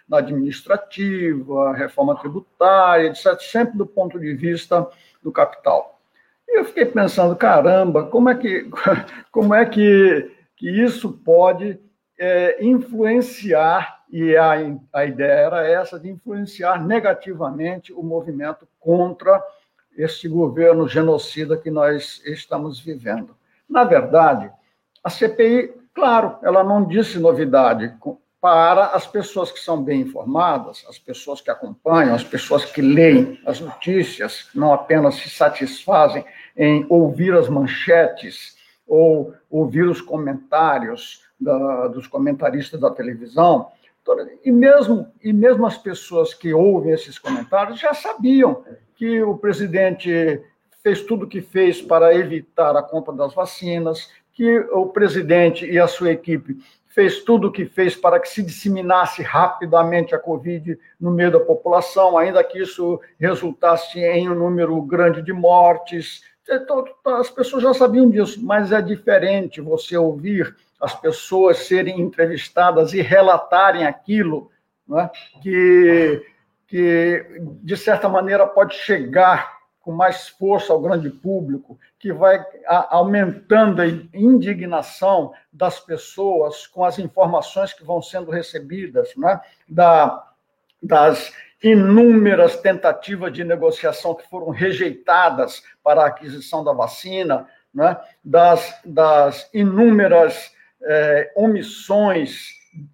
na administrativa, reforma tributária, etcétera, sempre do ponto de vista do capital. E eu fiquei pensando, caramba, como é que, como é que, que isso pode é, influenciar, e a, a ideia era essa, de influenciar negativamente o movimento contra este governo genocida que nós estamos vivendo. Na verdade, a C P I, claro, ela não disse novidade para as pessoas que são bem informadas, as pessoas que acompanham, as pessoas que leem as notícias, não apenas se satisfazem em ouvir as manchetes ou ouvir os comentários da, dos comentaristas da televisão. E mesmo, e mesmo as pessoas que ouvem esses comentários já sabiam que o presidente fez tudo o que fez para evitar a compra das vacinas, que o presidente e a sua equipe fez tudo o que fez para que se disseminasse rapidamente a Covid no meio da população, ainda que isso resultasse em um número grande de mortes. As pessoas já sabiam disso, mas é diferente você ouvir as pessoas serem entrevistadas e relatarem aquilo, né, que, que, de certa maneira, pode chegar com mais força ao grande público, que vai a, aumentando a indignação das pessoas com as informações que vão sendo recebidas, né, da, das inúmeras tentativas de negociação que foram rejeitadas para a aquisição da vacina, né, das, das inúmeras eh, omissões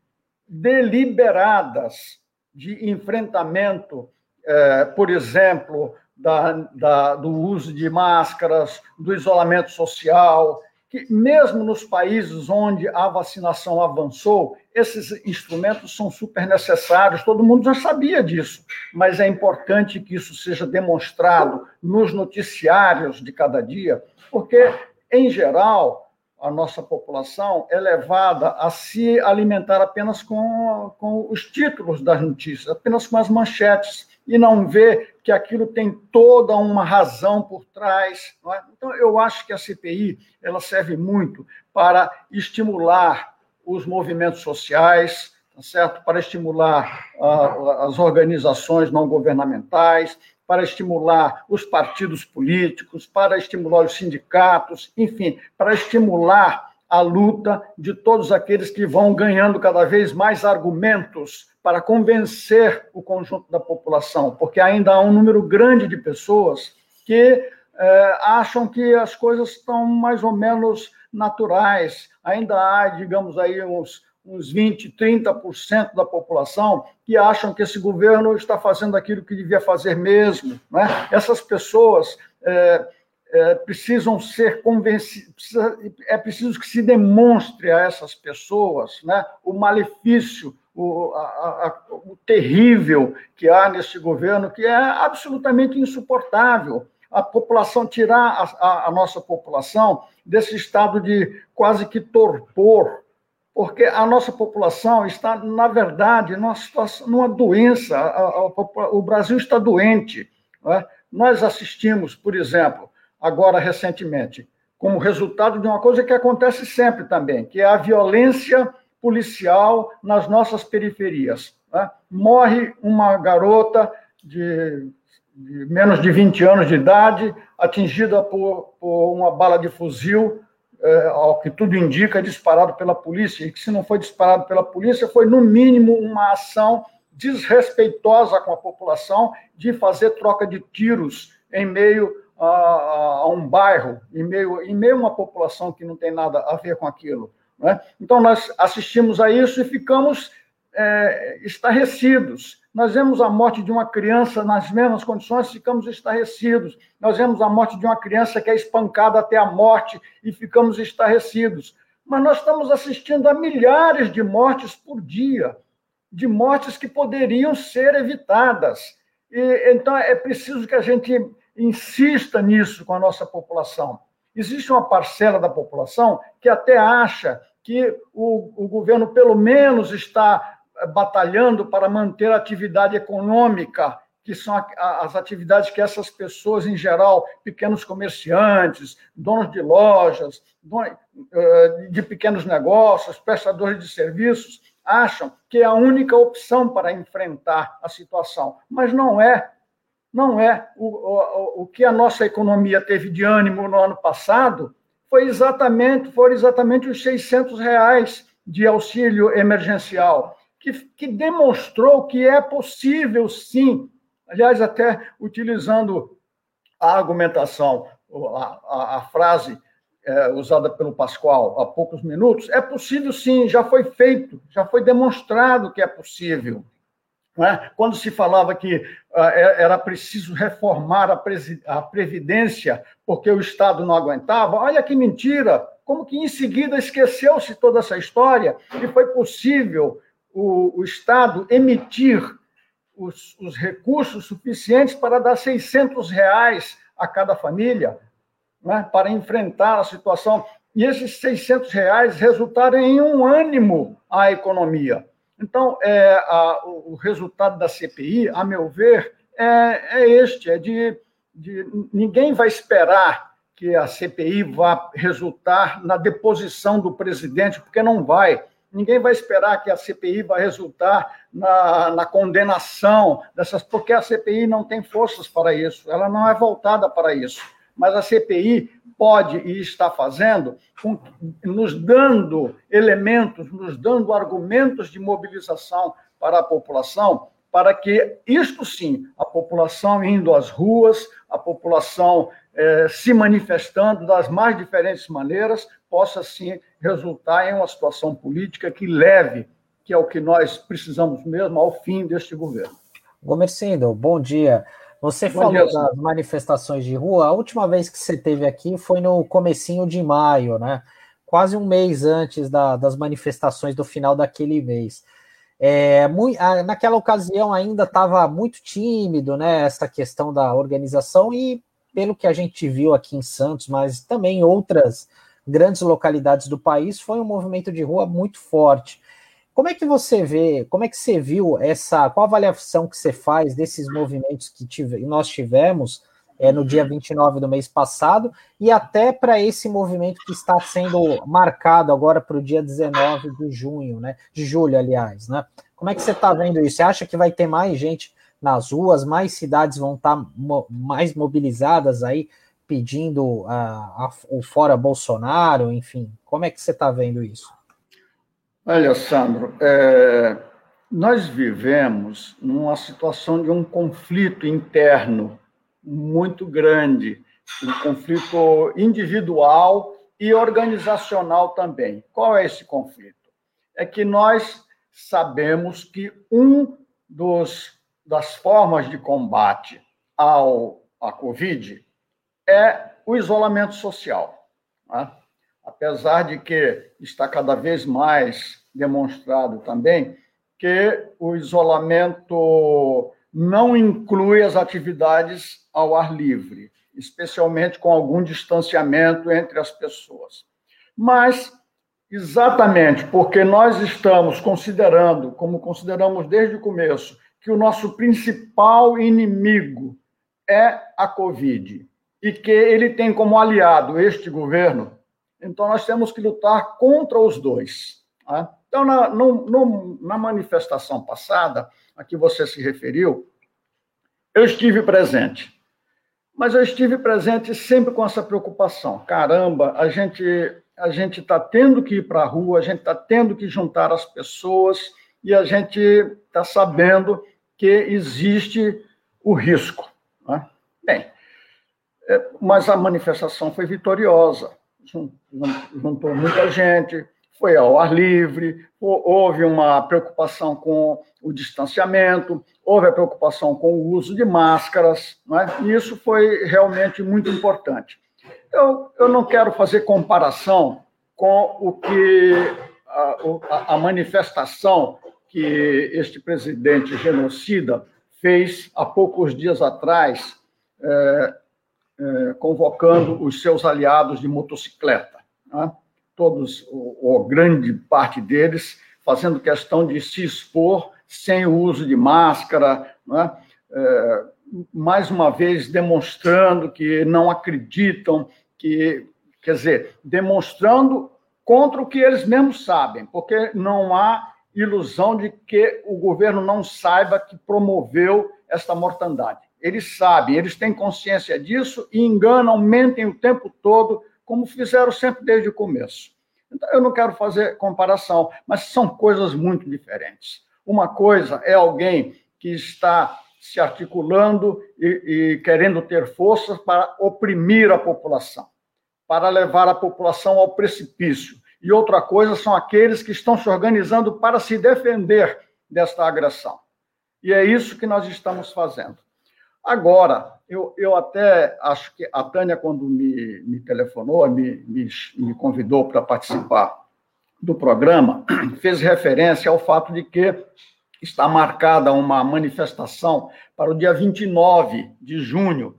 deliberadas de enfrentamento, eh, por exemplo, Da, da, do uso de máscaras, do isolamento social, que mesmo nos países onde a vacinação avançou, esses instrumentos são super necessários, todo mundo já sabia disso, mas é importante que isso seja demonstrado nos noticiários de cada dia, porque, em geral, a nossa população é levada a se alimentar apenas com, com os títulos das notícias, apenas com as manchetes, e não vê que aquilo tem toda uma razão por trás. Não é? Então, eu acho que a C P I ela serve muito para estimular os movimentos sociais, tá certo? Para estimular uh, as organizações não governamentais, para estimular os partidos políticos, para estimular os sindicatos, enfim, para estimular a luta de todos aqueles que vão ganhando cada vez mais argumentos para convencer o conjunto da população, porque ainda há um número grande de pessoas que eh, acham que as coisas estão mais ou menos naturais. Ainda há, digamos aí, uns, uns vinte, trinta por cento da população que acham que esse governo está fazendo aquilo que devia fazer mesmo. Né? Essas pessoas eh, eh, precisam ser convencidas, é preciso que se demonstre a essas pessoas, né, o malefício, O, a, a, o terrível que há nesse governo, que é absolutamente insuportável. A população, tirar a, a, a nossa população desse estado de quase que torpor, porque a nossa população está, na verdade, numa situação, numa doença. A, a, a, o Brasil está doente. Né? Nós assistimos, por exemplo, agora recentemente, como resultado de uma coisa que acontece sempre também, que é a violência policial nas nossas periferias. Né? Morre uma garota de, de menos de vinte anos de idade, atingida por, por uma bala de fuzil, é, ao que tudo indica, disparado pela polícia, e que, se não foi disparado pela polícia, foi, no mínimo, uma ação desrespeitosa com a população de fazer troca de tiros em meio a, a um bairro, em meio, em meio a uma população que não tem nada a ver com aquilo. Né? Então, nós assistimos a isso e ficamos é, estarrecidos. Nós vemos a morte de uma criança nas mesmas condições, ficamos estarrecidos. Nós vemos a morte de uma criança que é espancada até a morte e ficamos estarrecidos. Mas nós estamos assistindo a milhares de mortes por dia, de mortes que poderiam ser evitadas. E, então, é preciso que a gente insista nisso com a nossa população. Existe uma parcela da população que até acha que o, o governo, pelo menos, está batalhando para manter a atividade econômica, que são a, a, as atividades que essas pessoas, em geral, pequenos comerciantes, donos de lojas, donos, de pequenos negócios, prestadores de serviços, acham que é a única opção para enfrentar a situação, mas não é. Não é. O, o, o que a nossa economia teve de ânimo no ano passado foi exatamente, foram exatamente os seiscentos reais de auxílio emergencial, que, que demonstrou que é possível, sim, aliás, até utilizando a argumentação, a, a, a frase é, usada pelo Pascoal há poucos minutos, é possível, sim, já foi feito, já foi demonstrado que é possível. Não é? Quando se falava que uh, era preciso reformar a, presi- a Previdência porque o Estado não aguentava, olha que mentira, como que em seguida esqueceu-se toda essa história e foi possível o, o Estado emitir os, os recursos suficientes para dar seiscentos reais a cada família, não é? Para enfrentar a situação. E esses seiscentos reais resultaram em um ânimo à economia. Então, é, a, o resultado da C P I, a meu ver, é, é este, é de, de... Ninguém vai esperar que a C P I vá resultar na deposição do presidente, porque não vai. Ninguém vai esperar que a C P I vá resultar na, na condenação dessas... Porque a C P I não tem forças para isso, ela não é voltada para isso. Mas a C P I pode e está fazendo, com, nos dando elementos, nos dando argumentos de mobilização para a população, para que, isto sim, a população indo às ruas, a população eh, se manifestando das mais diferentes maneiras, possa, sim, resultar em uma situação política que leve, que é o que nós precisamos mesmo, ao fim deste governo. Gomercindo, bom dia. Você Bom falou dia, das manifestações de rua, a última vez que você esteve aqui foi no comecinho de maio, né? Quase um mês antes da, das manifestações do final daquele mês. É, muito, naquela ocasião ainda estava muito tímido, né? Essa questão da organização e, pelo que a gente viu aqui em Santos, mas também em outras grandes localidades do país, foi um movimento de rua muito forte. Como é que você vê, como é que você viu essa, qual a avaliação que você faz desses movimentos que tive, nós tivemos é, no dia vinte e nove do mês passado e até para esse movimento que está sendo marcado agora para o dia dezenove de junho, né, de julho, aliás, né? Como é que você está vendo isso? Você acha que vai ter mais gente nas ruas, mais cidades vão estar mo- mais mobilizadas aí, pedindo a, a, o fora Bolsonaro, enfim, como é que você está vendo isso? Olha, Sandro, é, nós vivemos numa situação de um conflito interno muito grande, um conflito individual e organizacional também. Qual é esse conflito? É que nós sabemos que um dos das formas de combate ao à Covid é o isolamento social, né? Apesar de que está cada vez mais demonstrado também que o isolamento não inclui as atividades ao ar livre, especialmente com algum distanciamento entre as pessoas. Mas, exatamente porque nós estamos considerando, como consideramos desde o começo, que o nosso principal inimigo é a Covid e que ele tem como aliado este governo, então, nós temos que lutar contra os dois. Tá? Então, na, no, no, na manifestação passada, a que você se referiu, eu estive presente. Mas eu estive presente sempre com essa preocupação. Caramba, a gente a gente está tendo que ir para a rua, a gente está tendo que juntar as pessoas e a gente está sabendo que existe o risco. Tá? Bem, é, mas a manifestação foi vitoriosa. Juntou muita gente, foi ao ar livre, houve uma preocupação com o distanciamento, houve a preocupação com o uso de máscaras, não é? E isso foi realmente muito importante. Eu, eu não quero fazer comparação com o que a, a manifestação que este presidente genocida fez há poucos dias atrás, é, É, convocando os seus aliados de motocicleta, né? Todos, ou, ou grande parte deles, fazendo questão de se expor sem o uso de máscara, né? É, mais uma vez demonstrando que não acreditam, que, quer dizer, demonstrando contra o que eles mesmos sabem, porque não há ilusão de que o governo não saiba que promoveu esta mortandade. Eles sabem, eles têm consciência disso e enganam, mentem o tempo todo, como fizeram sempre desde o começo. Então, eu não quero fazer comparação, mas são coisas muito diferentes. Uma coisa é alguém que está se articulando e, e querendo ter forças para oprimir a população, para levar a população ao precipício. E outra coisa são aqueles que estão se organizando para se defender desta agressão. E é isso que nós estamos fazendo. Agora, eu, eu até acho que a Tânia, quando me, me telefonou, me, me, me convidou para participar do programa, fez referência ao fato de que está marcada uma manifestação para o dia vinte e nove de junho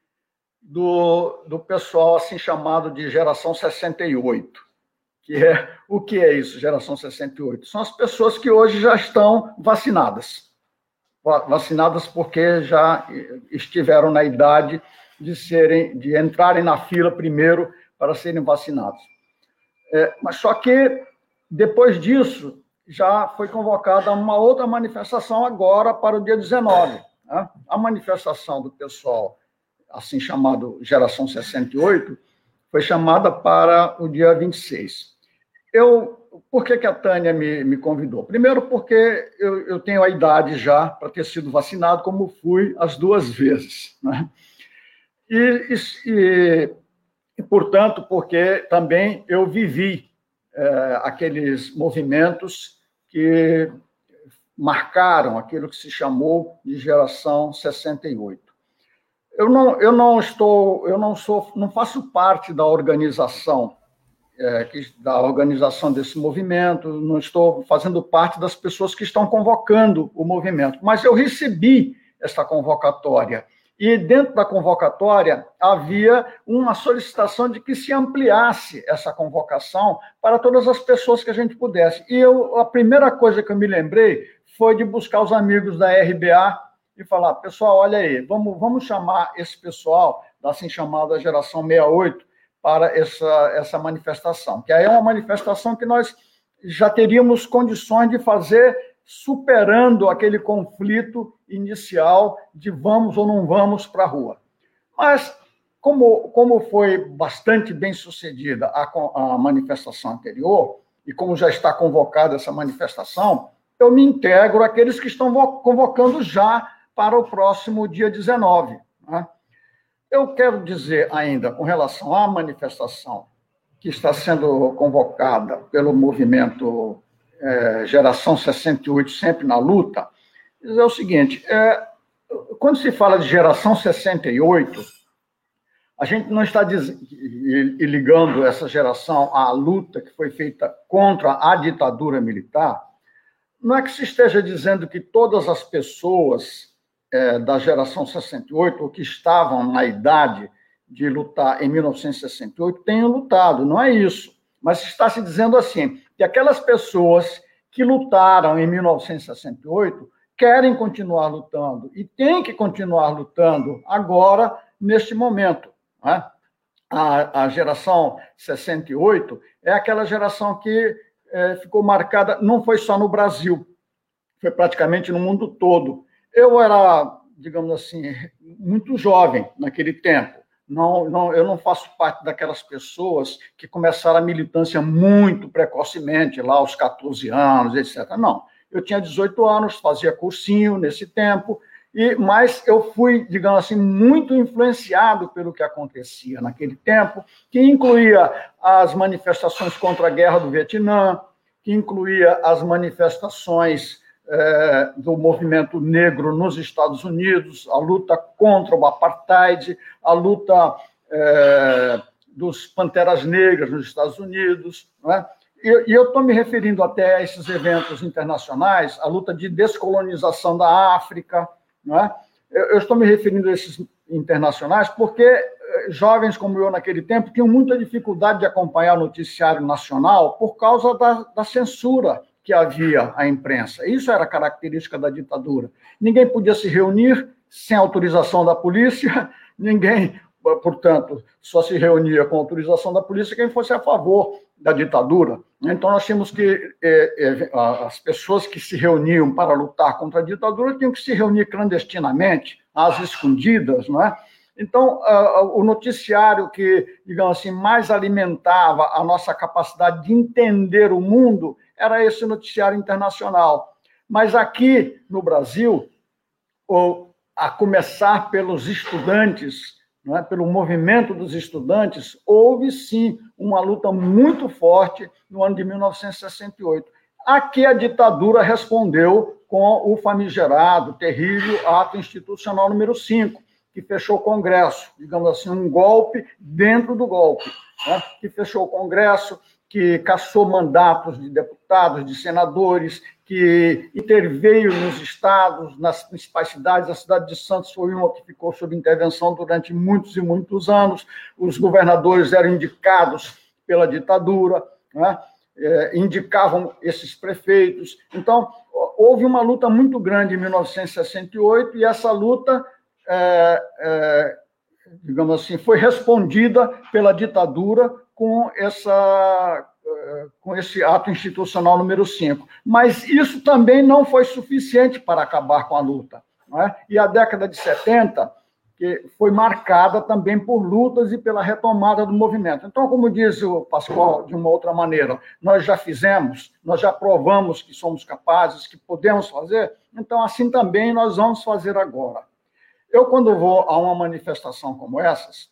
do, do pessoal assim chamado de Geração sessenta e oito. Que é, o que é isso, Geração sessenta e oito? São as pessoas que hoje já estão vacinadas. Vacinadas porque já estiveram na idade de, serem, de entrarem na fila primeiro para serem vacinados. É, mas só que, depois disso, já foi convocada uma outra manifestação agora para o dia dezenove. Né? A manifestação do pessoal, assim chamado Geração sessenta e oito, foi chamada para o dia vinte e seis. Eu... Por que, que a Tânia me, me convidou? Primeiro, porque eu, eu tenho a idade já para ter sido vacinado, como fui as duas vezes. Né? E, e, e, portanto, porque também eu vivi é, aqueles movimentos que marcaram aquilo que se chamou de Geração sessenta e oito. Eu não, eu não estou, eu não sou, não faço parte da organização É, que, da organização desse movimento, não estou fazendo parte das pessoas que estão convocando o movimento, mas eu recebi essa convocatória, e dentro da convocatória havia uma solicitação de que se ampliasse essa convocação para todas as pessoas que a gente pudesse. E eu, a primeira coisa que eu me lembrei foi de buscar os amigos da R B A e falar, pessoal, olha aí, vamos, vamos chamar esse pessoal da assim chamada Geração sessenta e oito para essa, essa manifestação, que aí é uma manifestação que nós já teríamos condições de fazer superando aquele conflito inicial de vamos ou não vamos para a rua. Mas, como, como foi bastante bem sucedida a, a manifestação anterior, e como já está convocada essa manifestação, eu me integro àqueles que estão convocando já para o próximo dia dezenove, né? Eu quero dizer ainda, com relação à manifestação que está sendo convocada pelo movimento é, Geração sessenta e oito, sempre na luta, dizer o seguinte, é, quando se fala de Geração sessenta e oito, a gente não está diz, ligando essa geração à luta que foi feita contra a ditadura militar, não é que se esteja dizendo que todas as pessoas É, da Geração sessenta e oito, ou que estavam na idade de lutar em mil novecentos e sessenta e oito, tenham lutado, não é isso. Mas está se dizendo assim, que aquelas pessoas que lutaram em mil novecentos e sessenta e oito querem continuar lutando, e têm que continuar lutando agora, neste momento. Né? A, a Geração sessenta e oito é aquela geração que é, ficou marcada, não foi só no Brasil, foi praticamente no mundo todo. Eu era, digamos assim, muito jovem naquele tempo. Não, não, eu não faço parte daquelas pessoas que começaram a militância muito precocemente, lá aos catorze anos, etcétera. Não, eu tinha dezoito anos, fazia cursinho nesse tempo, e, mas eu fui, digamos assim, muito influenciado pelo que acontecia naquele tempo, que incluía as manifestações contra a guerra do Vietnã, que incluía as manifestações É, do movimento negro nos Estados Unidos, a luta contra o apartheid, a luta é, dos Panteras Negras nos Estados Unidos, não é? E, e eu estou me referindo até a esses eventos internacionais, a luta de descolonização da África, não é? Eu, eu estou me referindo a esses internacionais porque jovens como eu naquele tempo tinham muita dificuldade de acompanhar o noticiário nacional por causa da, da censura que havia à imprensa. Isso era característica da ditadura. Ninguém podia se reunir sem autorização da polícia, ninguém portanto, só se reunia com autorização da polícia quem fosse a favor da ditadura. Então, nós tínhamos que, é, é, as pessoas que se reuniam para lutar contra a ditadura tinham que se reunir clandestinamente, às escondidas, não é? Então, o noticiário que, digamos assim, mais alimentava a nossa capacidade de entender o mundo era esse noticiário internacional. Mas aqui no Brasil, a começar pelos estudantes, não é? Pelo movimento dos estudantes, houve sim uma luta muito forte no ano de mil novecentos e sessenta e oito. A que a ditadura respondeu com o famigerado, terrível ato institucional número cinco, que fechou o Congresso, digamos assim, um golpe dentro do golpe, né? Que fechou o Congresso, que cassou mandatos de deputados, de senadores, que interveio nos estados, nas principais cidades. A cidade de Santos foi uma que ficou sob intervenção durante muitos e muitos anos. Os governadores eram indicados pela ditadura, né? É, indicavam esses prefeitos. Então, houve uma luta muito grande em mil novecentos e sessenta e oito, e essa luta, é, é, digamos assim, foi respondida pela ditadura com, essa, com esse ato institucional número cinco. Mas isso também não foi suficiente para acabar com a luta, não é? E a década de setenta que foi marcada também por lutas e pela retomada do movimento. Então, como diz o Pascoal, de uma outra maneira, nós já fizemos, nós já provamos que somos capazes, que podemos fazer, então assim também nós vamos fazer agora. Eu, quando vou a uma manifestação como essas,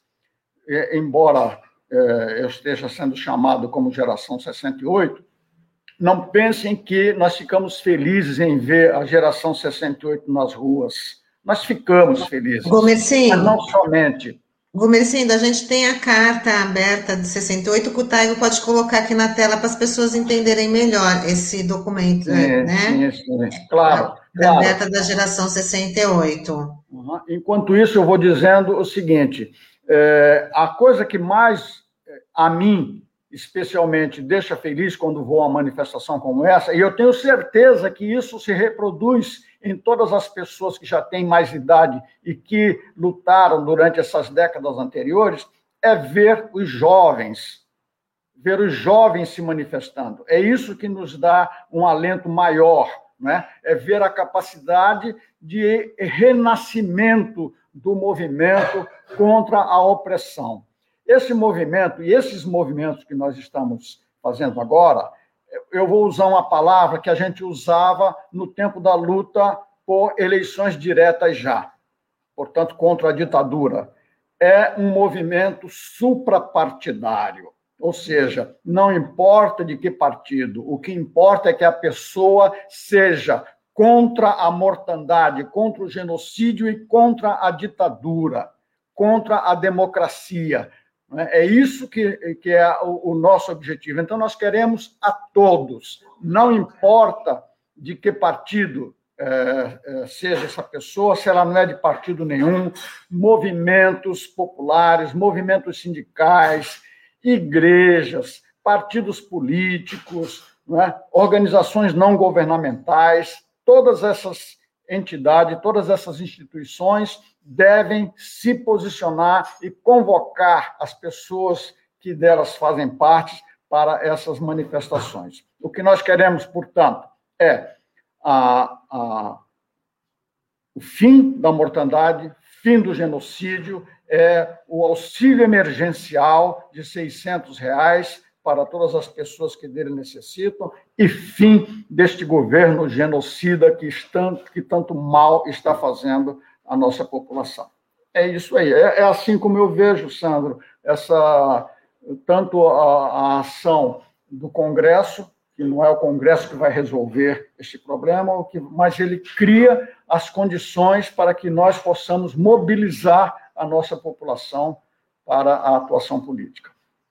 embora eu esteja sendo chamado como Geração sessenta e oito, não pensem que nós ficamos felizes em ver a Geração sessenta e oito nas ruas. Nós ficamos felizes, Gomercindo, mas não somente. Gomercindo, a gente tem a carta aberta de sessenta e oito, que o Taigo pode colocar aqui na tela para as pessoas entenderem melhor esse documento, sim, né? Sim, sim, claro. Da claro. meta da Geração sessenta e oito. Uhum. Enquanto isso, eu vou dizendo o seguinte, é, a coisa que mais, a mim, especialmente, deixa feliz quando vou a uma manifestação como essa, e eu tenho certeza que isso se reproduz em todas as pessoas que já têm mais idade e que lutaram durante essas décadas anteriores, é ver os jovens, ver os jovens se manifestando. É isso que nos dá um alento maior, né? É ver a capacidade de renascimento do movimento contra a opressão. Esse movimento e esses movimentos que nós estamos fazendo agora, eu vou usar uma palavra que a gente usava no tempo da luta por eleições diretas já, portanto, contra a ditadura. É um movimento suprapartidário, ou seja, não importa de que partido, o que importa é que a pessoa seja contra a mortandade, contra o genocídio e contra a ditadura, contra a democracia. É isso que, que é o, o nosso objetivo. Então, nós queremos a todos, não importa de que partido é, é, seja essa pessoa, se ela não é de partido nenhum, movimentos populares, movimentos sindicais, igrejas, partidos políticos, não é? Organizações não governamentais, todas essas entidades, todas essas instituições devem se posicionar e convocar as pessoas que delas fazem parte para essas manifestações. O que nós queremos, portanto, é a, a, o fim da mortandade, fim do genocídio, é o auxílio emergencial de seiscentos reais para todas as pessoas que dele necessitam e fim deste governo genocida que, está, que tanto mal está fazendo a nossa população. É isso aí. É, é assim como eu vejo, Sandro, essa, tanto a, a ação do Congresso, que não é o Congresso que vai resolver este problema, mas ele cria as condições para que nós possamos mobilizar a nossa população para a atuação política.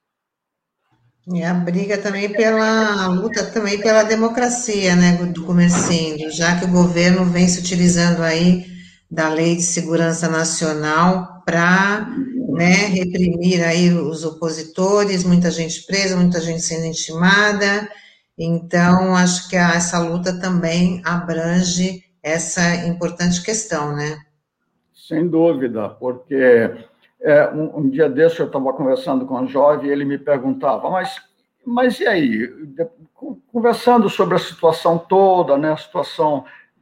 E a briga também pela a luta também pela democracia, né, do Gomercindo, já que o governo vem se utilizando aí da Lei de Segurança Nacional para, né, reprimir aí os opositores, muita gente presa, muita gente sendo intimada. Então, acho que a, essa luta também abrange essa importante questão, né? Sem dúvida, porque É, um, um dia desse eu estava conversando com um jovem e ele me perguntava, mas, mas e aí? Conversando sobre a situação toda, né, a situação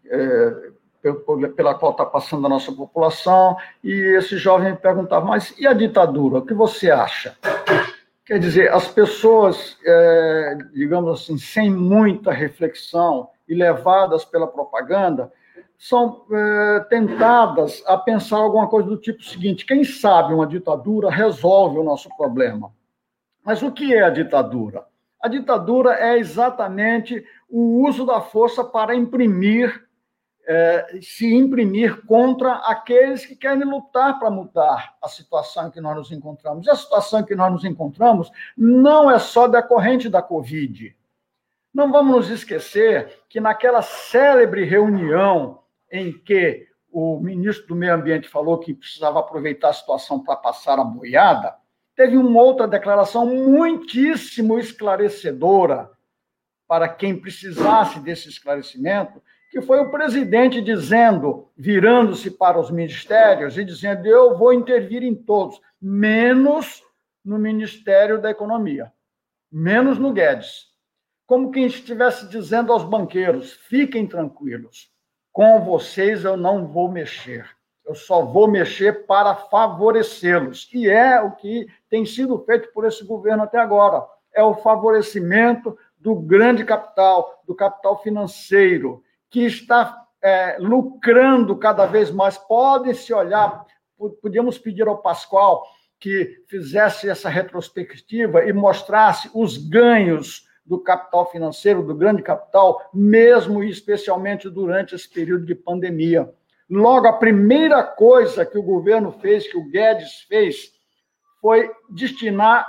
é, pela qual está passando a nossa população, e esse jovem me perguntava, mas e a ditadura? O que você acha? Quer dizer, as pessoas, é, digamos assim, sem muita reflexão e levadas pela propaganda, são é, tentadas a pensar alguma coisa do tipo seguinte, quem sabe uma ditadura resolve o nosso problema. Mas o que é a ditadura? A ditadura é exatamente o uso da força para imprimir, é, se imprimir contra aqueles que querem lutar para mudar a situação em que nós nos encontramos. E a situação em que nós nos encontramos não é só decorrente da Covid. Não vamos nos esquecer que naquela célebre reunião em que o ministro do Meio Ambiente falou que precisava aproveitar a situação para passar a boiada, teve uma outra declaração muitíssimo esclarecedora para quem precisasse desse esclarecimento, que foi o presidente dizendo, virando-se para os ministérios e dizendo, eu vou intervir em todos, menos no Ministério da Economia, menos no Guedes. Como quem estivesse dizendo aos banqueiros, fiquem tranquilos, com vocês eu não vou mexer. Eu só vou mexer para favorecê-los. E é o que tem sido feito por esse governo até agora. É o favorecimento do grande capital, do capital financeiro, que está é, lucrando cada vez mais. Podem se olhar, podíamos pedir ao Pascoal que fizesse essa retrospectiva e mostrasse os ganhos do capital financeiro, do grande capital, mesmo e especialmente durante esse período de pandemia. Logo, a primeira coisa que o governo fez, que o Guedes fez, foi destinar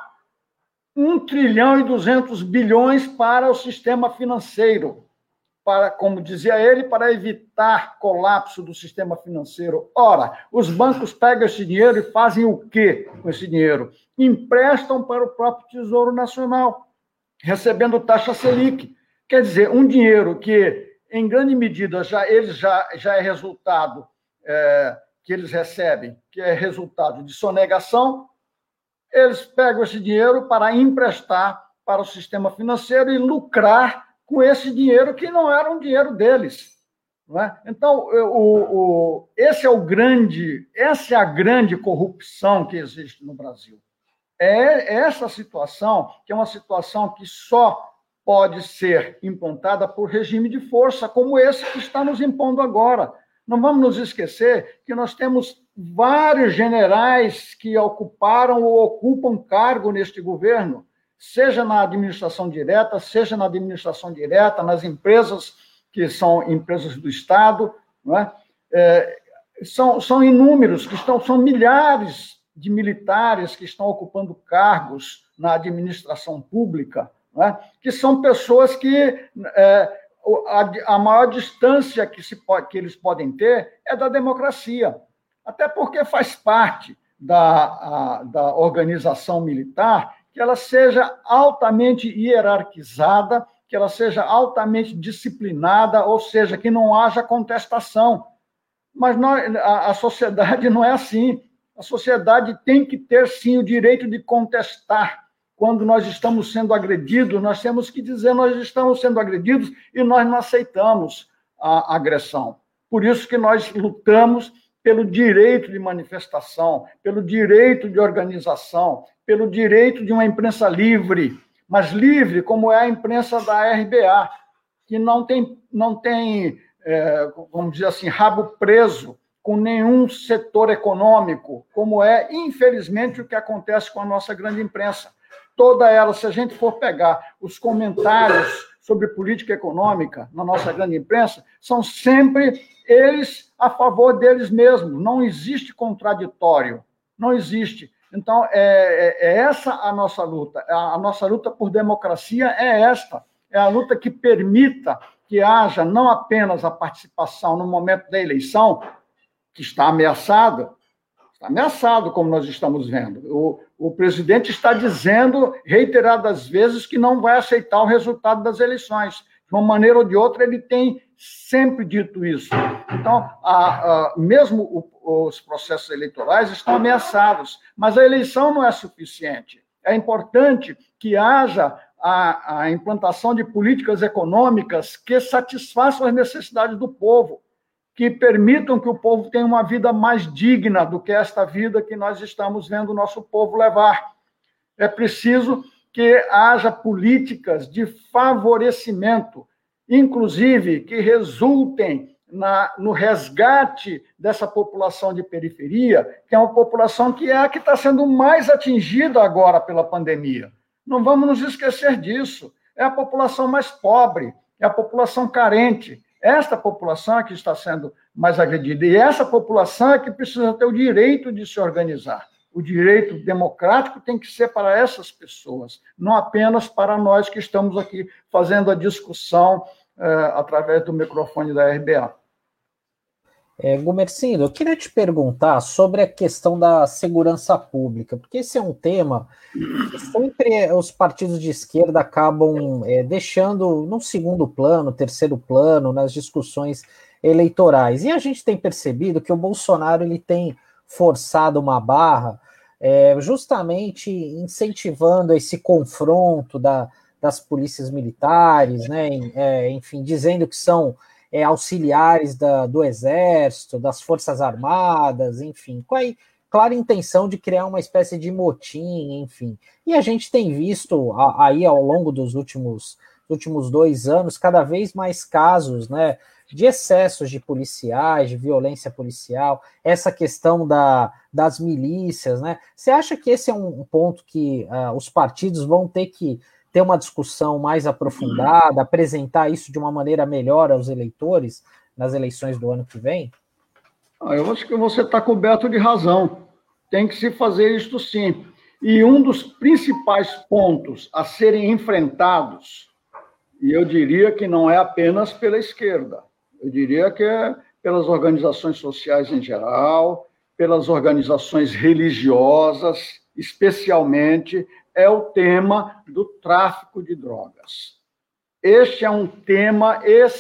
um trilhão e duzentos bilhões para o sistema financeiro, para, como dizia ele, para evitar colapso do sistema financeiro. Ora, os bancos pegam esse dinheiro e fazem o quê com esse dinheiro? Emprestam para o próprio Tesouro Nacional, recebendo taxa Selic. Quer dizer, um dinheiro que, em grande medida, já, eles já, já é resultado é, que eles recebem, que é resultado de sonegação, eles pegam esse dinheiro para emprestar para o sistema financeiro e lucrar com esse dinheiro que não era um dinheiro deles. Não é? Então, o, o, esse é o grande, essa é a grande corrupção que existe no Brasil. É essa situação, que é uma situação que só pode ser implantada por regime de força, como esse que está nos impondo agora. Não vamos nos esquecer que nós temos vários generais que ocuparam ou ocupam cargo neste governo, seja na administração direta, seja na administração direta, nas empresas que são empresas do Estado, não é? É, são, são inúmeros, que estão, são milhares de militares que estão ocupando cargos na administração pública, né, que são pessoas que é, a, a maior distância que, se pode, que eles podem ter é da democracia, até porque faz parte da, a, da organização militar que ela seja altamente hierarquizada, que ela seja altamente disciplinada, ou seja, que não haja contestação. Mas nós, a, a sociedade não é assim. A sociedade tem que ter, sim, o direito de contestar. Quando nós estamos sendo agredidos, nós temos que dizer nós estamos sendo agredidos e nós não aceitamos a agressão. Por isso que nós lutamos pelo direito de manifestação, pelo direito de organização, pelo direito de uma imprensa livre, mas livre como é a imprensa da R B A, que não tem, não tem é, vamos dizer assim, rabo preso com nenhum setor econômico, como é, infelizmente, o que acontece com a nossa grande imprensa. Toda ela, se a gente for pegar os comentários sobre política econômica na nossa grande imprensa, são sempre eles a favor deles mesmos. Não existe contraditório, não existe. Então, é, é essa a nossa luta. A nossa luta por democracia é esta. É a luta que permita que haja não apenas a participação no momento da eleição, que está ameaçado, está ameaçado, como nós estamos vendo. O, o presidente está dizendo reiteradas vezes que não vai aceitar o resultado das eleições. uma maneira ou de outra, ele tem sempre dito isso. Então, a, a, mesmo o, os processos eleitorais estão ameaçados, mas a eleição não é suficiente. É importante que haja a, a implantação de políticas econômicas que satisfaçam as necessidades do povo, que permitam que o povo tenha uma vida mais digna do que esta vida que nós estamos vendo o nosso povo levar. É preciso que haja políticas de favorecimento, inclusive que resultem na, no resgate dessa população de periferia, que é uma população que é a que está sendo mais atingida agora pela pandemia. Não vamos nos esquecer disso. É a população mais pobre, é a população carente. Esta população é que está sendo mais agredida. E essa população é que precisa ter o direito de se organizar. O direito democrático tem que ser para essas pessoas, não apenas para nós que estamos aqui fazendo a discussão eh, através do microfone da R B A. É, Gumercindo, eu queria te perguntar sobre a questão da segurança pública, porque esse é um tema que sempre os partidos de esquerda acabam é, deixando no segundo plano, terceiro plano, nas discussões eleitorais. E a gente tem percebido que o Bolsonaro ele tem forçado uma barra, é, justamente incentivando esse confronto da, das polícias militares, né, é, enfim, dizendo que são É, auxiliares da, do Exército, das Forças Armadas, enfim, com a clara intenção de criar uma espécie de motim, enfim. E a gente tem visto a, aí ao longo dos últimos, últimos dois anos cada vez mais casos, né, de excessos de policiais, de violência policial, essa questão da, das milícias, né? Você acha que esse é um ponto que uh, os partidos vão ter que ter uma discussão mais aprofundada, apresentar isso de uma maneira melhor aos eleitores nas eleições do ano que vem? Ah, eu acho que você está coberto de razão. Tem que se fazer isto sim. E um dos principais pontos a serem enfrentados, e eu diria que não é apenas pela esquerda, eu diria que é pelas organizações sociais em geral, pelas organizações religiosas, especialmente, é o tema do tráfico de drogas. Este é um tema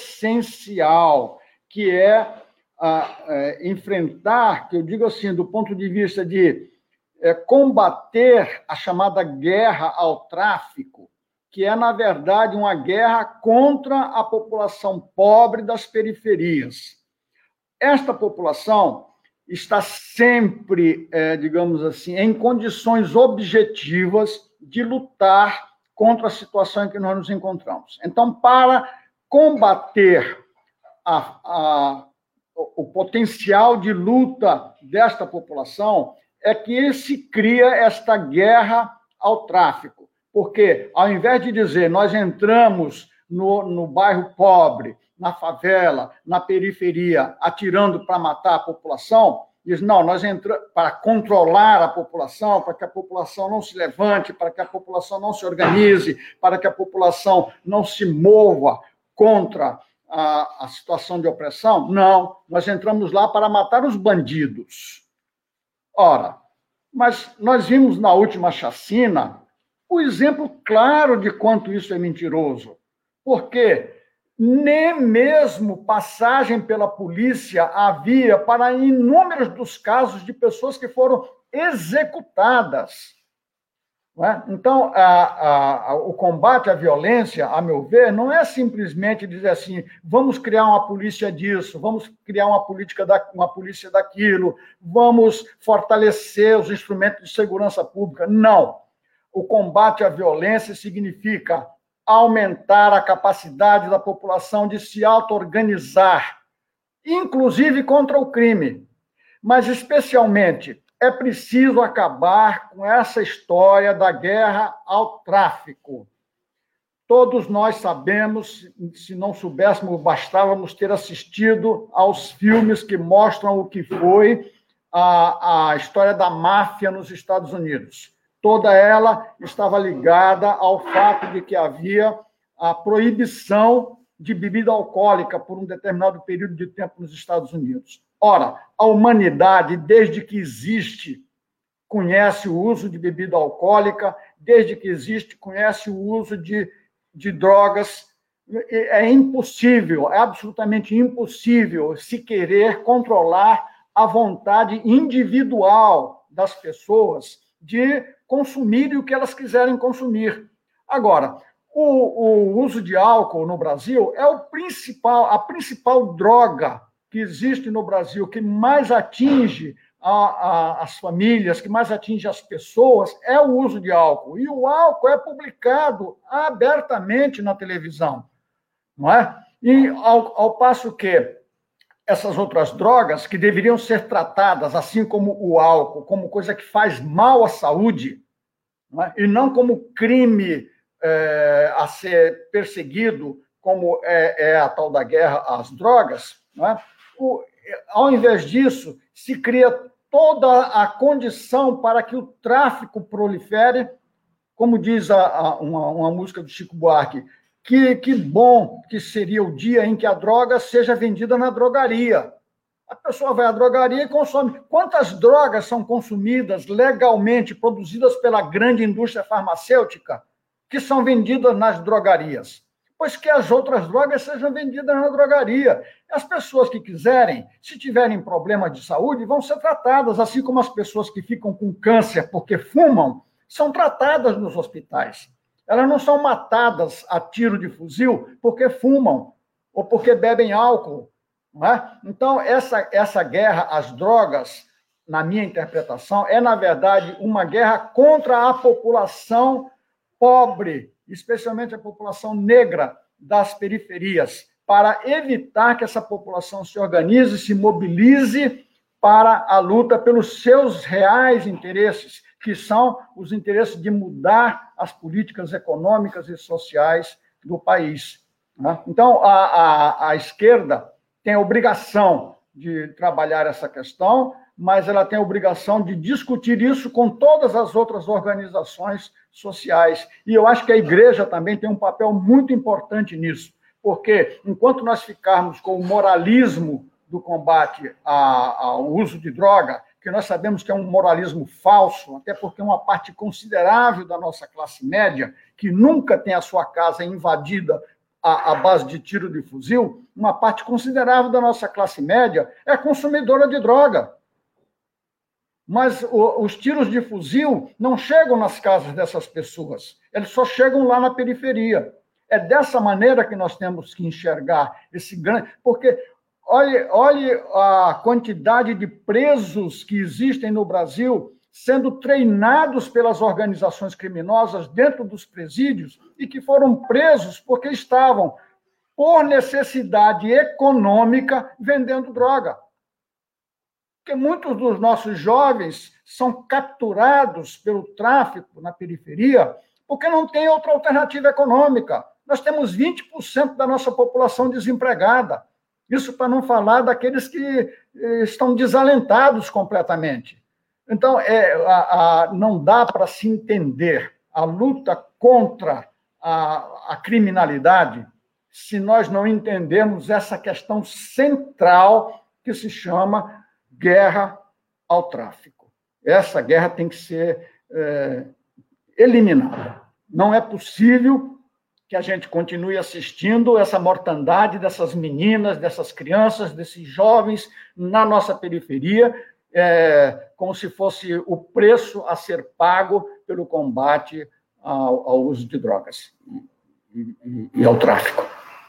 essencial, que é, a, é enfrentar, que eu digo assim, do ponto de vista de é, combater a chamada guerra ao tráfico, que é, na verdade, uma guerra contra a população pobre das periferias. Esta população está sempre, é, digamos assim, em condições objetivas de lutar contra a situação em que nós nos encontramos. Então, para combater a, a, o, o potencial de luta desta população, é que se cria esta guerra ao tráfico. Porque, ao invés de dizer, nós entramos no, no bairro pobre, na favela, na periferia, atirando para matar a população, diz, não, nós entramos para controlar a população, para que a população não se levante, para que a população não se organize, para que a população não se mova contra a, a situação de opressão. Não, nós entramos lá para matar os bandidos. Ora, mas nós vimos na última chacina o exemplo claro de quanto isso é mentiroso. Porque nem mesmo passagem pela polícia havia para inúmeros dos casos de pessoas que foram executadas. Não é? Então, a, a, o combate à violência, a meu ver, não é simplesmente dizer assim, vamos criar uma polícia disso, vamos criar uma, política da, uma polícia daquilo, vamos fortalecer os instrumentos de segurança pública. Não. O combate à violência significa aumentar a capacidade da população de se auto-organizar, inclusive contra o crime. Mas, especialmente, é preciso acabar com essa história da guerra ao tráfico. Todos nós sabemos, se não soubéssemos, bastávamos ter assistido aos filmes que mostram o que foi a, a história da máfia nos Estados Unidos. Toda ela estava ligada ao fato de que havia a proibição de bebida alcoólica por um determinado período de tempo nos Estados Unidos. Ora, a humanidade, desde que existe, conhece o uso de bebida alcoólica, desde que existe, conhece o uso de, de drogas é impossível, é absolutamente impossível se querer controlar a vontade individual das pessoas de consumirem o que elas quiserem consumir. Agora, o, o uso de álcool no Brasil é o principal, a principal droga que existe no Brasil, que mais atinge a, a, as famílias, que mais atinge as pessoas, é o uso de álcool. E o álcool é publicado abertamente na televisão, não é? E ao, ao passo que essas outras drogas, que deveriam ser tratadas, assim como o álcool, como coisa que faz mal à saúde, não é? E não como crime é, a ser perseguido, como é, é a tal da guerra às drogas, não é? O, ao invés disso, se cria toda a condição para que o tráfico prolifere, como diz a, a, uma, uma música do Chico Buarque, que, que bom que seria o dia em que a droga seja vendida na drogaria. A pessoa vai à drogaria e consome. Quantas drogas são consumidas legalmente, produzidas pela grande indústria farmacêutica, que são vendidas nas drogarias? Pois que as outras drogas sejam vendidas na drogaria. As pessoas que quiserem, se tiverem problema de saúde, vão ser tratadas, assim como as pessoas que ficam com câncer porque fumam, são tratadas nos hospitais. Elas não são matadas a tiro de fuzil porque fumam ou porque bebem álcool. Não é? Então, essa, essa guerra às drogas, na minha interpretação, é, na verdade, uma guerra contra a população pobre, especialmente a população negra das periferias, para evitar que essa população se organize, se mobilize para a luta pelos seus reais interesses, que são os interesses de mudar as políticas econômicas e sociais do país. Né? Então, a, a, a esquerda tem a obrigação de trabalhar essa questão, mas ela tem a obrigação de discutir isso com todas as outras organizações sociais. E eu acho que a igreja também tem um papel muito importante nisso, porque enquanto nós ficarmos com o moralismo do combate ao uso de droga, que nós sabemos que é um moralismo falso, até porque uma parte considerável da nossa classe média, que nunca tem a sua casa invadida à, à base de tiro de fuzil, uma parte considerável da nossa classe média é consumidora de droga. Mas o, os tiros de fuzil não chegam nas casas dessas pessoas, eles só chegam lá na periferia. É dessa maneira que nós temos que enxergar esse grande... Porque olhe, olhe a quantidade de presos que existem no Brasil sendo treinados pelas organizações criminosas dentro dos presídios e que foram presos porque estavam, por necessidade econômica, vendendo droga. Porque muitos dos nossos jovens são capturados pelo tráfico na periferia porque não tem outra alternativa econômica. Nós temos vinte por cento da nossa população desempregada. Isso para não falar daqueles que estão desalentados completamente. Então, é, a, a, não dá para se entender a luta contra a, a criminalidade se nós não entendermos essa questão central que se chama guerra ao tráfico. Essa guerra tem que ser é, eliminada. Não é possível que a gente continue assistindo essa mortandade dessas meninas, dessas crianças, desses jovens na nossa periferia, é, como se fosse o preço a ser pago pelo combate ao, ao uso de drogas e, e, e ao tráfico.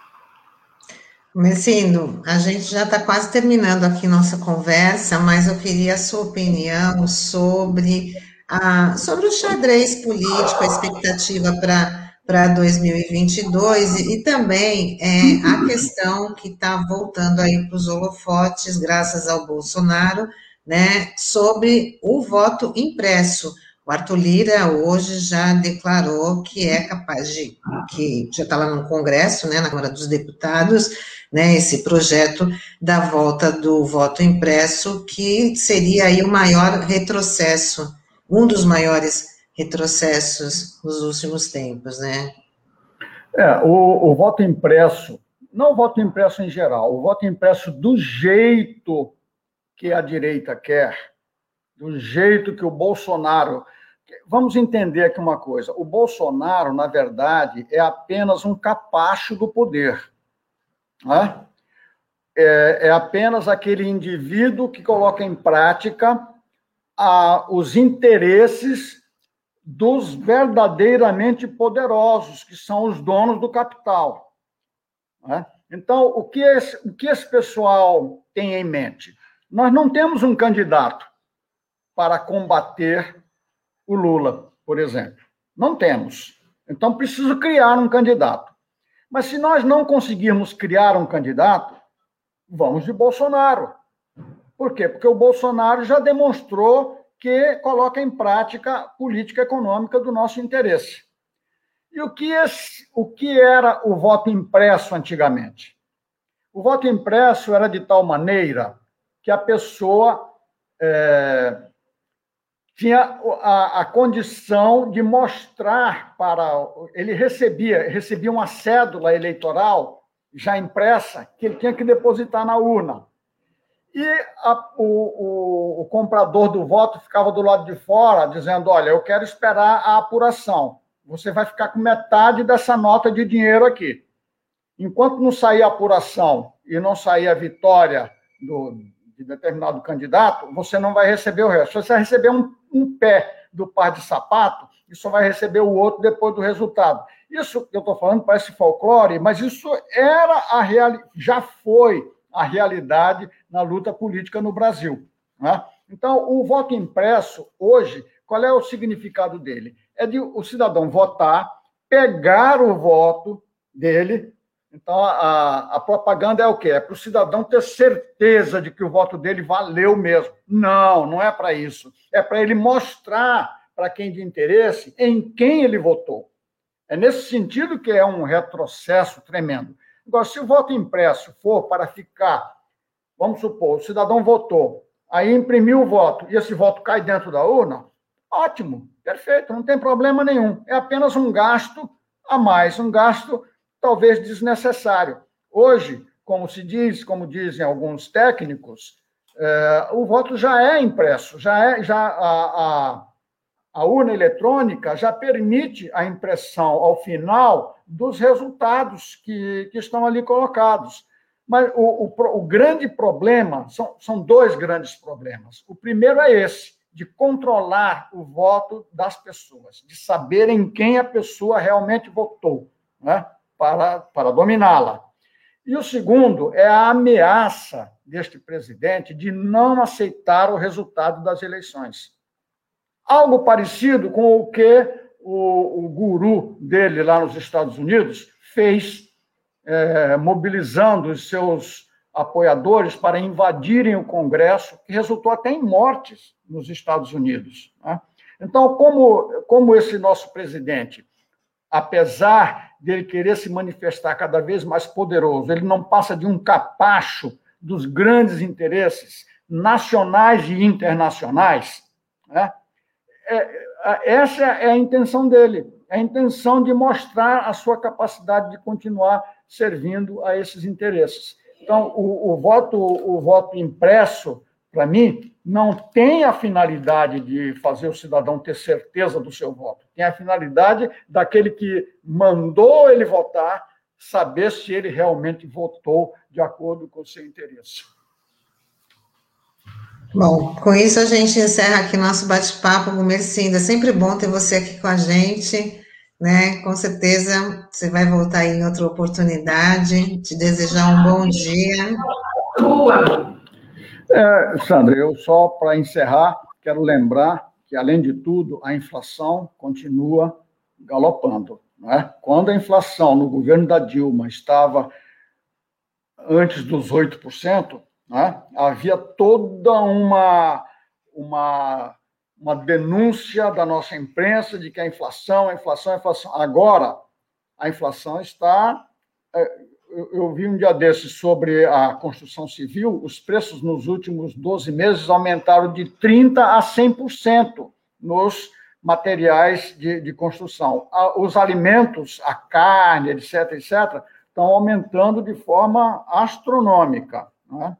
Messindo, a gente já está quase terminando aqui nossa conversa, mas eu queria a sua opinião sobre, a, sobre o xadrez político, a expectativa para para dois mil e vinte e dois, e, e também é, a questão que está voltando aí para os holofotes, graças ao Bolsonaro, né, sobre o voto impresso. O Arthur Lira hoje já declarou que é capaz de, que já está lá no Congresso, né, na Câmara dos Deputados, né, esse projeto da volta do voto impresso, que seria aí o maior retrocesso, um dos maiores retrocessos nos últimos tempos, né? É, o, o voto impresso, não o voto impresso em geral, o voto impresso do jeito que a direita quer, do jeito que o Bolsonaro Vamos entender aqui uma coisa. O Bolsonaro, na verdade, é apenas um capacho do poder. Né? É, é apenas aquele indivíduo que coloca em prática a, os interesses dos verdadeiramente poderosos, que são os donos do capital. Né? Então, o que, esse, o que esse pessoal tem em mente? Nós não temos um candidato para combater o Lula, por exemplo. Não temos. Então, preciso criar um candidato. Mas se nós não conseguirmos criar um candidato, vamos de Bolsonaro. Por quê? Porque o Bolsonaro já demonstrou que coloca em prática a política econômica do nosso interesse. E o que, esse, o que era o voto impresso antigamente? O voto impresso era de tal maneira que a pessoa é, tinha a, a condição de mostrar para... Ele recebia, recebia uma cédula eleitoral já impressa que ele tinha que depositar na urna. E a, o, o, o comprador do voto ficava do lado de fora, dizendo, olha, eu quero esperar a apuração. Você vai ficar com metade dessa nota de dinheiro aqui. Enquanto não sair a apuração e não sair a vitória do, de determinado candidato, você não vai receber o resto. Você vai receber um, um pé do par de sapato e só vai receber o outro depois do resultado. Isso que eu estou falando parece folclore, mas isso era a reali- já foi a realidade na luta política no Brasil. Né? Então, o voto impresso, hoje, qual é o significado dele? É de o cidadão votar, pegar o voto dele. Então, a, a propaganda é o quê? É para o cidadão ter certeza de que o voto dele valeu mesmo. Não, não é para isso. É para ele mostrar para quem de interesse em quem ele votou. É nesse sentido que é um retrocesso tremendo. Agora, se o voto impresso for para ficar, vamos supor, o cidadão votou, aí imprimiu o voto e esse voto cai dentro da urna, ótimo, perfeito, não tem problema nenhum. É apenas um gasto a mais, um gasto talvez desnecessário. Hoje, como se diz, como dizem alguns técnicos, é, o voto já é impresso, já é, já a, a, a urna eletrônica já permite a impressão ao final dos resultados que, que estão ali colocados. Mas o, o, o grande problema, são, são dois grandes problemas. O primeiro é esse, de controlar o voto das pessoas, de saber em quem a pessoa realmente votou, né, para, para dominá-la. E o segundo é a ameaça deste presidente de não aceitar o resultado das eleições. Algo parecido com o que o, o guru dele lá nos Estados Unidos fez, é, mobilizando os seus apoiadores para invadirem o Congresso, que resultou até em mortes nos Estados Unidos. Né? Então, como, como esse nosso presidente, apesar dele querer se manifestar cada vez mais poderoso, ele não passa de um capacho dos grandes interesses nacionais e internacionais, né? É, essa é a intenção dele, é a intenção de mostrar a sua capacidade de continuar servindo a esses interesses. Então, o, o, voto, o voto impresso, para mim, não tem a finalidade de fazer o cidadão ter certeza do seu voto. Tem a finalidade daquele que mandou ele votar, saber se ele realmente votou de acordo com o seu interesse. Bom, com isso a gente encerra aqui nosso bate-papo, Gumercindo. É sempre bom ter você aqui com a gente, né? Com certeza você vai voltar aí em outra oportunidade. Te desejar um bom dia. É, Sandra, eu só para encerrar, quero lembrar que, além de tudo, a inflação continua galopando. Né? Quando a inflação no governo da Dilma estava antes dos oito por cento, né, havia toda uma, uma, uma denúncia da nossa imprensa de que a inflação, a inflação, a inflação. Agora, a inflação está... Eu, eu vi um dia desses sobre a construção civil, os preços nos últimos doze meses aumentaram de trinta por cento a cem por cento nos materiais de, de construção. Os alimentos, a carne, etc, etcétera, estão aumentando de forma astronômica. Né?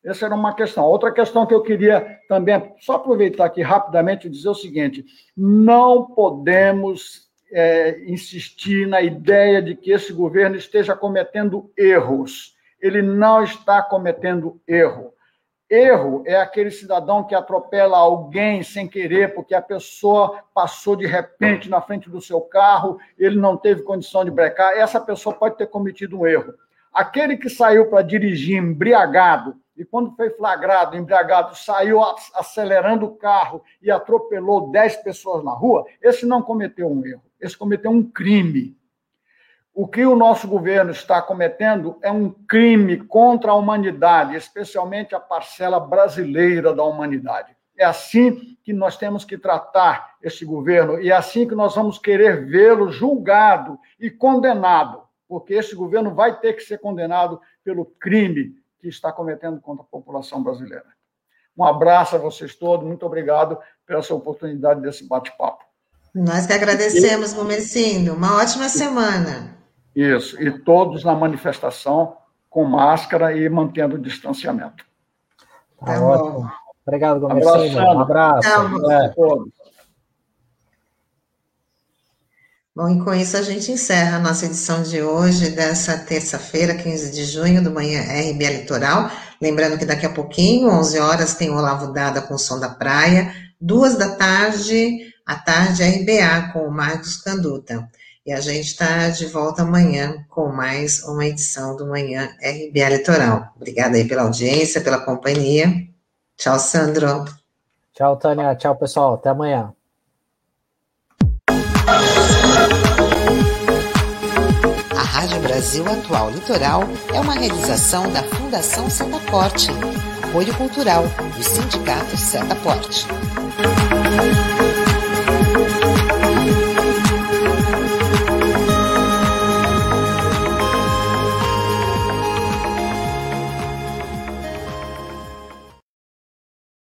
Essa era uma questão. Outra questão que eu queria também, só aproveitar aqui rapidamente e dizer o seguinte, não podemos é, insistir na ideia de que esse governo esteja cometendo erros. Ele não está cometendo erro. Erro é aquele cidadão que atropela alguém sem querer, porque a pessoa passou de repente na frente do seu carro, ele não teve condição de brecar, essa pessoa pode ter cometido um erro. Aquele que saiu para dirigir embriagado, e quando foi flagrado, embriagado, saiu acelerando o carro e atropelou dez pessoas na rua, esse não cometeu um erro, esse cometeu um crime. O que o nosso governo está cometendo é um crime contra a humanidade, especialmente a parcela brasileira da humanidade. É assim que nós temos que tratar este governo e é assim que nós vamos querer vê-lo julgado e condenado, porque este governo vai ter que ser condenado pelo crime que está cometendo contra a população brasileira. Um abraço a vocês todos, muito obrigado pela essa oportunidade desse bate-papo. Nós que agradecemos, Gomercindo. Uma ótima semana. Isso, e todos na manifestação com máscara e mantendo o distanciamento. Tá, tá ótimo. Obrigado, Gomercindo. Um abraço. Tá é. bom. Bom, e com isso a gente encerra a nossa edição de hoje, dessa terça-feira, quinze de junho, do Manhã R B A Litoral. Lembrando que daqui a pouquinho, onze horas, tem o Olavo Dada com o Som da Praia. Duas da tarde, à tarde, R B A com o Marcos Canduta. E a gente está de volta amanhã com mais uma edição do Manhã R B A Litoral. Obrigada aí pela audiência, pela companhia. Tchau, Sandro. Tchau, Tânia. Tchau, pessoal. Até amanhã. A Rádio Brasil Atual Litoral é uma realização da Fundação Setaporte, apoio cultural do Sindicato Setaporte.